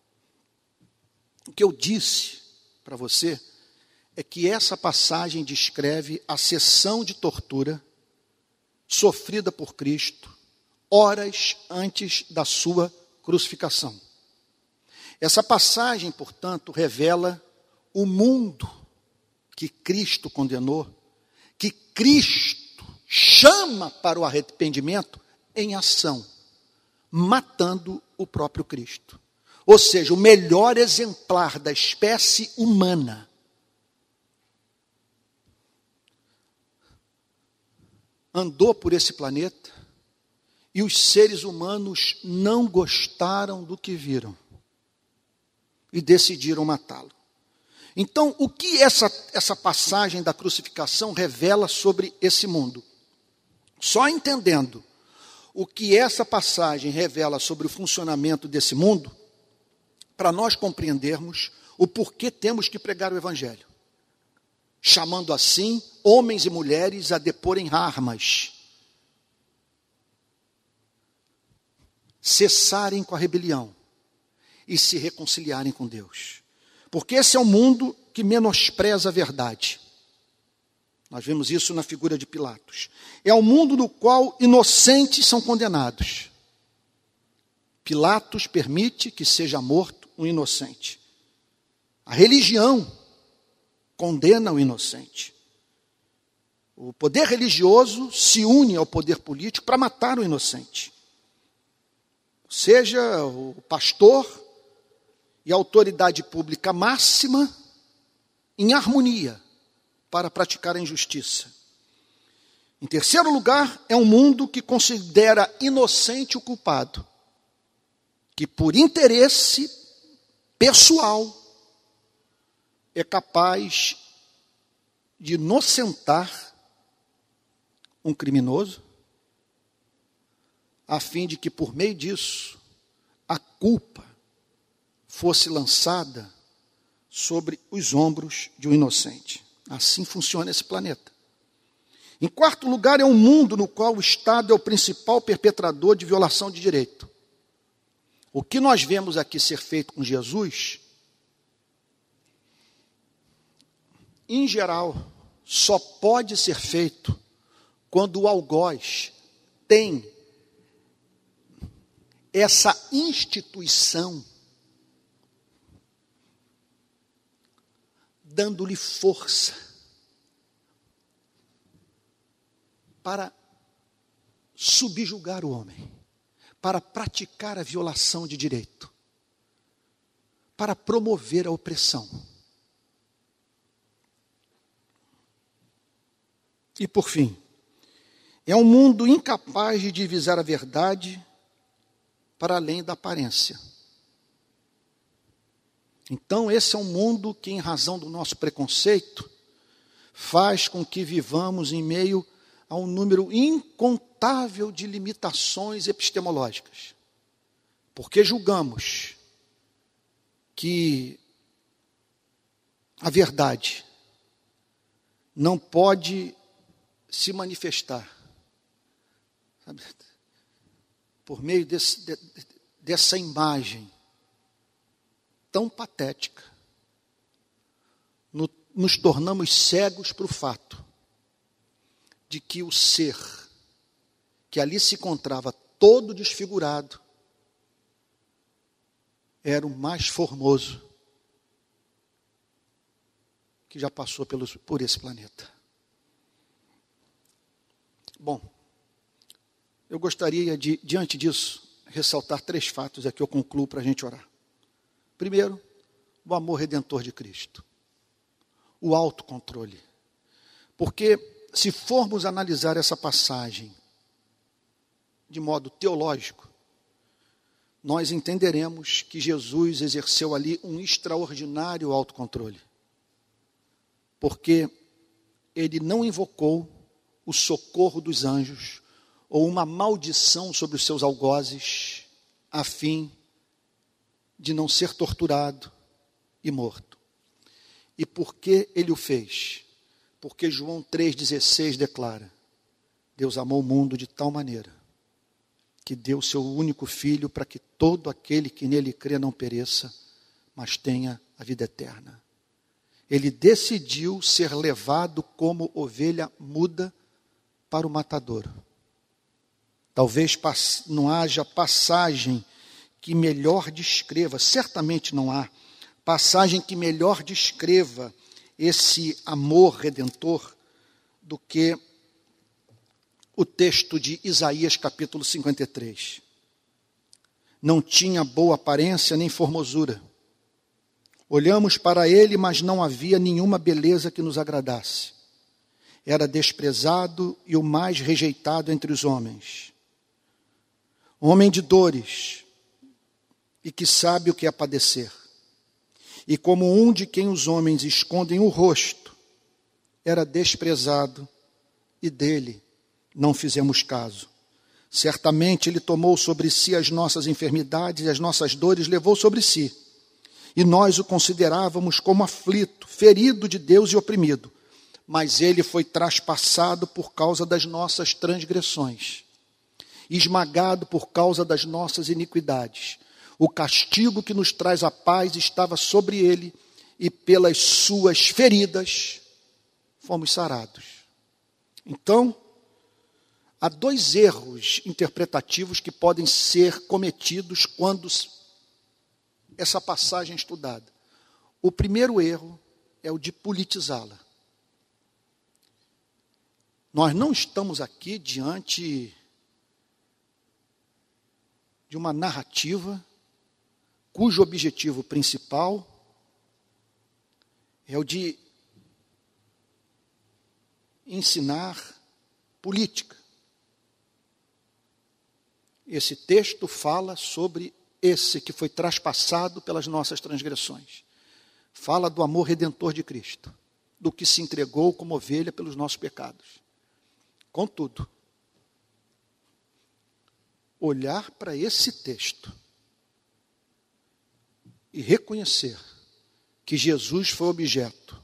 O que eu disse para você é que essa passagem descreve a sessão de tortura sofrida por Cristo horas antes da sua crucificação. Essa passagem, portanto, revela o mundo que Cristo condenou, que Cristo chama para o arrependimento em ação, matando o próprio Cristo. Ou seja, o melhor exemplar da espécie humana. Andou por esse planeta e os seres humanos não gostaram do que viram e decidiram matá-lo. Então, o que essa, essa passagem da crucificação revela sobre esse mundo? Só entendendo o que essa passagem revela sobre o funcionamento desse mundo, para nós compreendermos o porquê temos que pregar o Evangelho. Chamando assim homens e mulheres a deporem armas, cessarem com a rebelião e se reconciliarem com Deus. Porque esse é um mundo que menospreza a verdade. Nós vemos isso na figura de Pilatos. É um mundo no qual inocentes são condenados. Pilatos permite que seja morto um inocente. A religião condena o inocente. O poder religioso se une ao poder político para matar o inocente. Seja o pastor e a autoridade pública máxima em harmonia para praticar a injustiça. Em terceiro lugar, é um mundo que considera inocente o culpado, que por interesse pessoal é capaz de inocentar um criminoso, a fim de que por meio disso a culpa fosse lançada sobre os ombros de um inocente. Assim funciona esse planeta. Em quarto lugar, é um mundo no qual o Estado é o principal perpetrador de violação de direito. O que nós vemos aqui ser feito com Jesus, em geral, só pode ser feito quando o algoz tem essa instituição dando-lhe força para subjugar o homem, para praticar a violação de direito, para promover a opressão. E por fim, é um mundo incapaz de divisar a verdade para além da aparência. Então, esse é um mundo que, em razão do nosso preconceito, faz com que vivamos em meio a um número incontável de limitações epistemológicas. Porque julgamos que a verdade não pode se manifestar, sabe, por meio desse, de, dessa imagem tão patética. No, nos tornamos cegos para o fato de que o ser que ali se encontrava todo desfigurado era o mais formoso que já passou pelos, por esse planeta. Bom, eu gostaria de, diante disso, ressaltar três fatos aqui, eu concluo para a gente orar. Primeiro, o amor redentor de Cristo. O autocontrole. Porque se formos analisar essa passagem de modo teológico, nós entenderemos que Jesus exerceu ali um extraordinário autocontrole. Porque ele não invocou o socorro dos anjos ou uma maldição sobre os seus algozes a fim de não ser torturado e morto. E por que ele o fez? Porque João três dezesseis declara: Deus amou o mundo de tal maneira que deu o seu único filho para que todo aquele que nele crê não pereça, mas tenha a vida eterna. Ele decidiu ser levado como ovelha muda para o matadouro. Talvez não haja passagem que melhor descreva, certamente não há, passagem que melhor descreva esse amor redentor do que o texto de Isaías capítulo cinquenta e três. Não tinha boa aparência nem formosura. Olhamos para ele, mas não havia nenhuma beleza que nos agradasse. Era desprezado e o mais rejeitado entre os homens. Homem de dores e que sabe o que é padecer. E como um de quem os homens escondem o rosto, era desprezado e dele não fizemos caso. Certamente ele tomou sobre si as nossas enfermidades e as nossas dores levou sobre si. E nós o considerávamos como aflito, ferido de Deus e oprimido. Mas ele foi traspassado por causa das nossas transgressões, esmagado por causa das nossas iniquidades. O castigo que nos traz a paz estava sobre ele, e pelas suas feridas fomos sarados. Então, há dois erros interpretativos que podem ser cometidos quando essa passagem é estudada. O primeiro erro é o de politizá-la. Nós não estamos aqui diante de uma narrativa cujo objetivo principal é o de ensinar política. Esse texto fala sobre esse que foi traspassado pelas nossas transgressões. Fala do amor redentor de Cristo, do que se entregou como ovelha pelos nossos pecados. Contudo, olhar para esse texto e reconhecer que Jesus foi objeto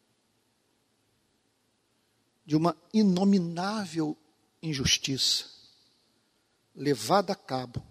de uma inominável injustiça levada a cabo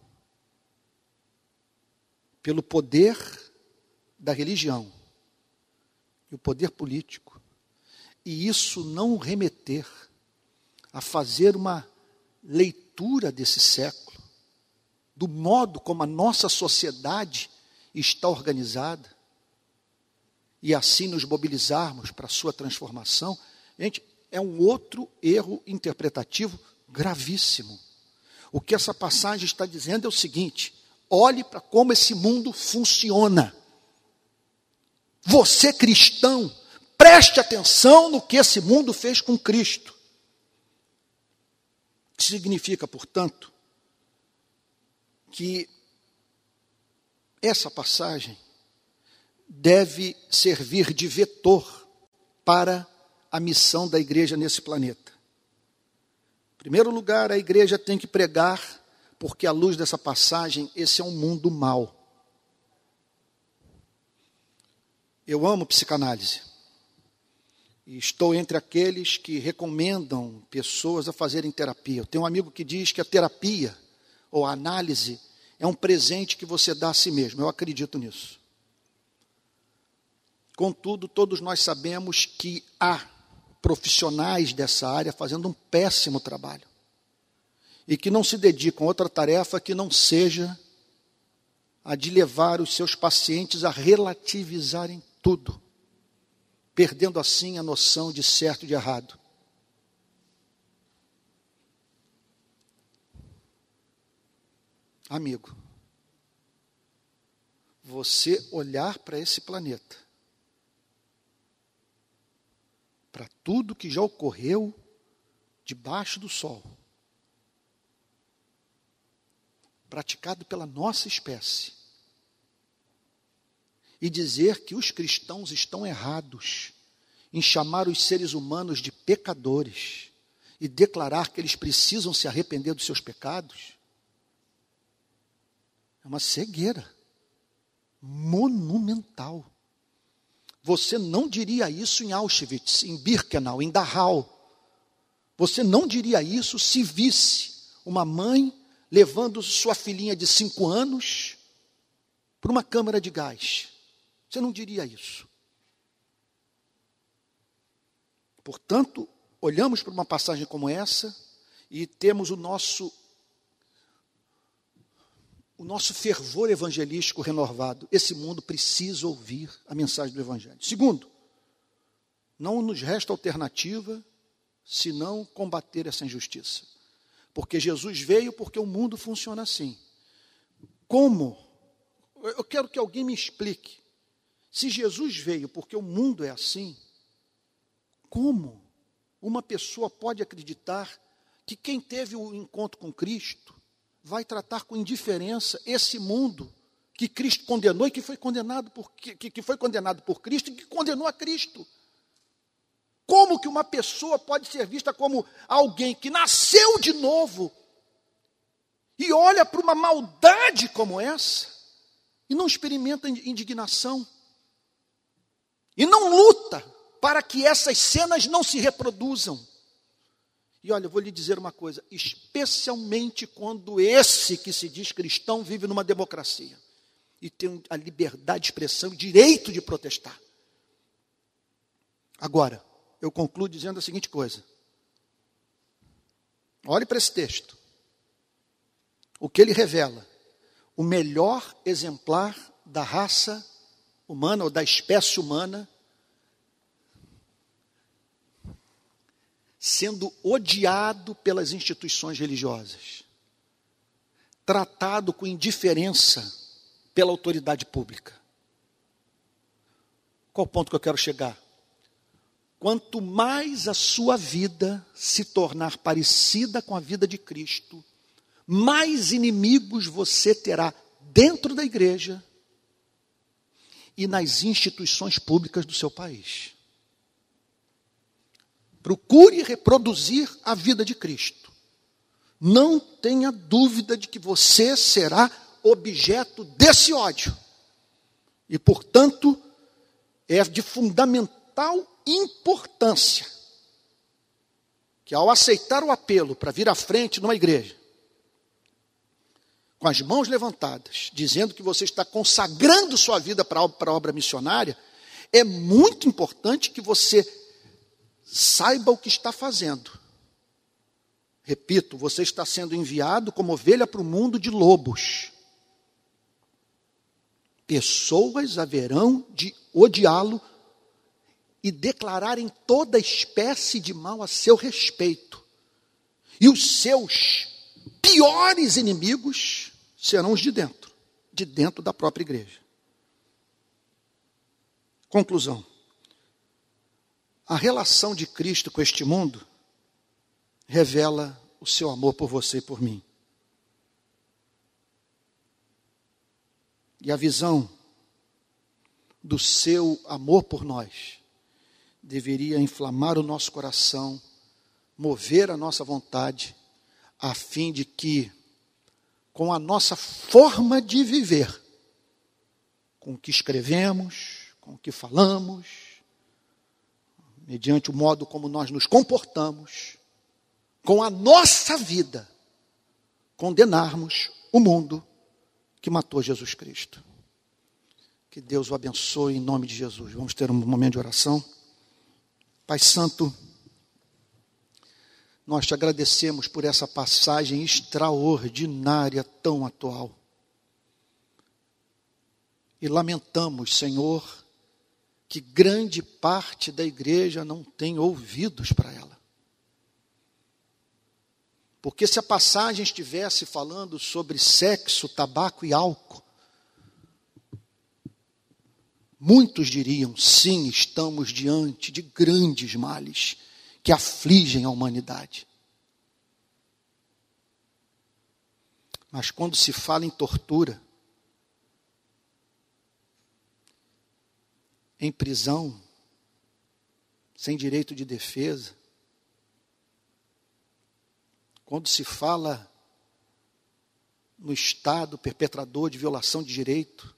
pelo poder da religião e o poder político, e isso não remeter a fazer uma leitura desse século, do modo como a nossa sociedade está organizada, e assim nos mobilizarmos para a sua transformação, gente, é um outro erro interpretativo gravíssimo. O que essa passagem está dizendo é o seguinte: olhe para como esse mundo funciona. Você, cristão, preste atenção no que esse mundo fez com Cristo. Significa, portanto, que essa passagem deve servir de vetor para a missão da igreja nesse planeta. Em primeiro lugar, a igreja tem que pregar, porque à luz dessa passagem, esse é um mundo mau. Eu amo psicanálise. E estou entre aqueles que recomendam pessoas a fazerem terapia. Eu tenho um amigo que diz que a terapia, ou a análise, é um presente que você dá a si mesmo. Eu acredito nisso. Contudo, todos nós sabemos que há profissionais dessa área fazendo um péssimo trabalho. E que não se dedicam a outra tarefa que não seja a de levar os seus pacientes a relativizarem tudo, perdendo assim a noção de certo e de errado. Amigo, você olhar para esse planeta, para tudo que já ocorreu debaixo do sol, praticado pela nossa espécie, e dizer que os cristãos estão errados em chamar os seres humanos de pecadores e declarar que eles precisam se arrepender dos seus pecados, uma cegueira monumental. Você não diria isso em Auschwitz, em Birkenau, em Dachau. Você não diria isso se visse uma mãe levando sua filhinha de cinco anos para uma câmara de gás. Você não diria isso. Portanto, olhamos para uma passagem como essa e temos o nosso o nosso fervor evangelístico renovado. Esse mundo precisa ouvir a mensagem do Evangelho. Segundo, não nos resta alternativa senão combater essa injustiça. Porque Jesus veio porque o mundo funciona assim. Como? Eu quero que alguém me explique. Se Jesus veio porque o mundo é assim, como uma pessoa pode acreditar que quem teve o encontro com Cristo vai tratar com indiferença esse mundo que Cristo condenou e que foi condenado por, que, que foi condenado por Cristo e que condenou a Cristo? Como que uma pessoa pode ser vista como alguém que nasceu de novo e olha para uma maldade como essa e não experimenta indignação e não luta para que essas cenas não se reproduzam? E olha, eu vou lhe dizer uma coisa, especialmente quando esse que se diz cristão vive numa democracia e tem a liberdade de expressão e direito de protestar. Agora, eu concluo dizendo a seguinte coisa. Olhe para esse texto. O que ele revela? O melhor exemplar da raça humana ou da espécie humana sendo odiado pelas instituições religiosas, tratado com indiferença pela autoridade pública. Qual o ponto que eu quero chegar? Quanto mais a sua vida se tornar parecida com a vida de Cristo, mais inimigos você terá dentro da igreja e nas instituições públicas do seu país. Procure reproduzir a vida de Cristo. Não tenha dúvida de que você será objeto desse ódio. E, portanto, é de fundamental importância que, ao aceitar o apelo para vir à frente numa igreja, com as mãos levantadas, dizendo que você está consagrando sua vida para a obra missionária, é muito importante que você saiba o que está fazendo. Repito, você está sendo enviado como ovelha para o mundo de lobos. Pessoas haverão de odiá-lo e declararem toda espécie de mal a seu respeito. E os seus piores inimigos serão os de dentro, de dentro da própria igreja. Conclusão. A relação de Cristo com este mundo revela o seu amor por você e por mim. E a visão do seu amor por nós deveria inflamar o nosso coração, mover a nossa vontade, a fim de que, com a nossa forma de viver, com o que escrevemos, com o que falamos, mediante o modo como nós nos comportamos, com a nossa vida, condenarmos o mundo que matou Jesus Cristo. Que Deus o abençoe em nome de Jesus. Vamos ter um momento de oração. Pai Santo, nós te agradecemos por essa passagem extraordinária, tão atual. E lamentamos, Senhor, que grande parte da igreja não tem ouvidos para ela. Porque se a passagem estivesse falando sobre sexo, tabaco e álcool, muitos diriam, sim, estamos diante de grandes males que afligem a humanidade. Mas quando se fala em tortura, em prisão, sem direito de defesa, quando se fala no Estado perpetrador de violação de direito,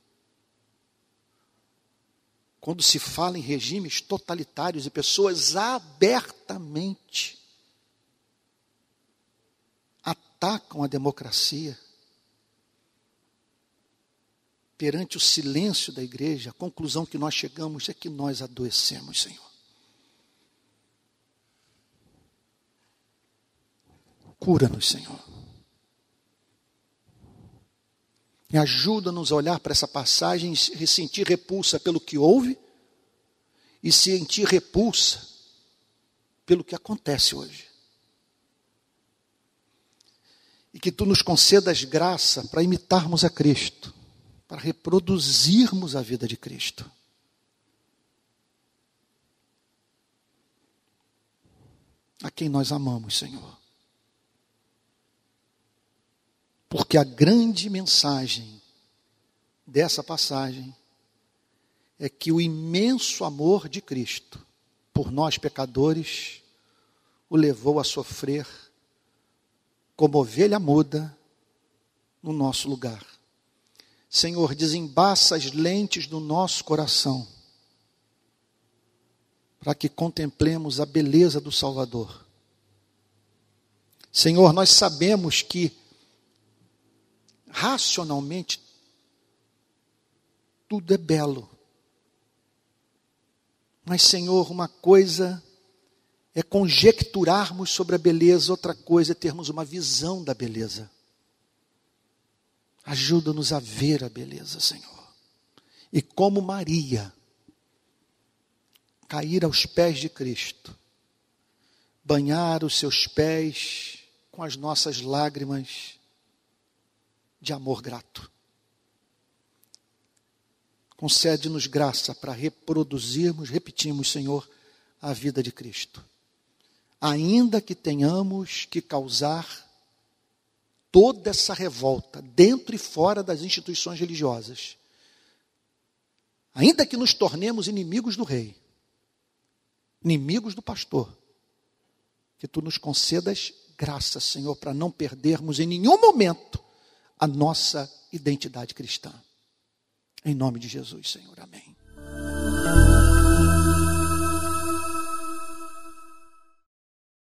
quando se fala em regimes totalitários e pessoas abertamente atacam a democracia, perante o silêncio da igreja, a conclusão que nós chegamos é que nós adoecemos, Senhor. Cura-nos, Senhor. E ajuda-nos a olhar para essa passagem e sentir repulsa pelo que houve e sentir repulsa pelo que acontece hoje. E que Tu nos concedas graça para imitarmos a Cristo, para reproduzirmos a vida de Cristo. A quem nós amamos, Senhor. Porque a grande mensagem dessa passagem é que o imenso amor de Cristo por nós pecadores o levou a sofrer como ovelha muda no nosso lugar. Senhor, desembaça as lentes do nosso coração para que contemplemos a beleza do Salvador. Senhor, nós sabemos que racionalmente tudo é belo. Mas, Senhor, uma coisa é conjecturarmos sobre a beleza, outra coisa é termos uma visão da beleza. Ajuda-nos a ver a beleza, Senhor. E como Maria, cair aos pés de Cristo, banhar os seus pés com as nossas lágrimas de amor grato. Concede-nos graça para reproduzirmos, repetimos, Senhor, a vida de Cristo. Ainda que tenhamos que causar toda essa revolta, dentro e fora das instituições religiosas, ainda que nos tornemos inimigos do rei, inimigos do pastor, que Tu nos concedas graça, Senhor, para não perdermos em nenhum momento a nossa identidade cristã. Em nome de Jesus, Senhor. Amém.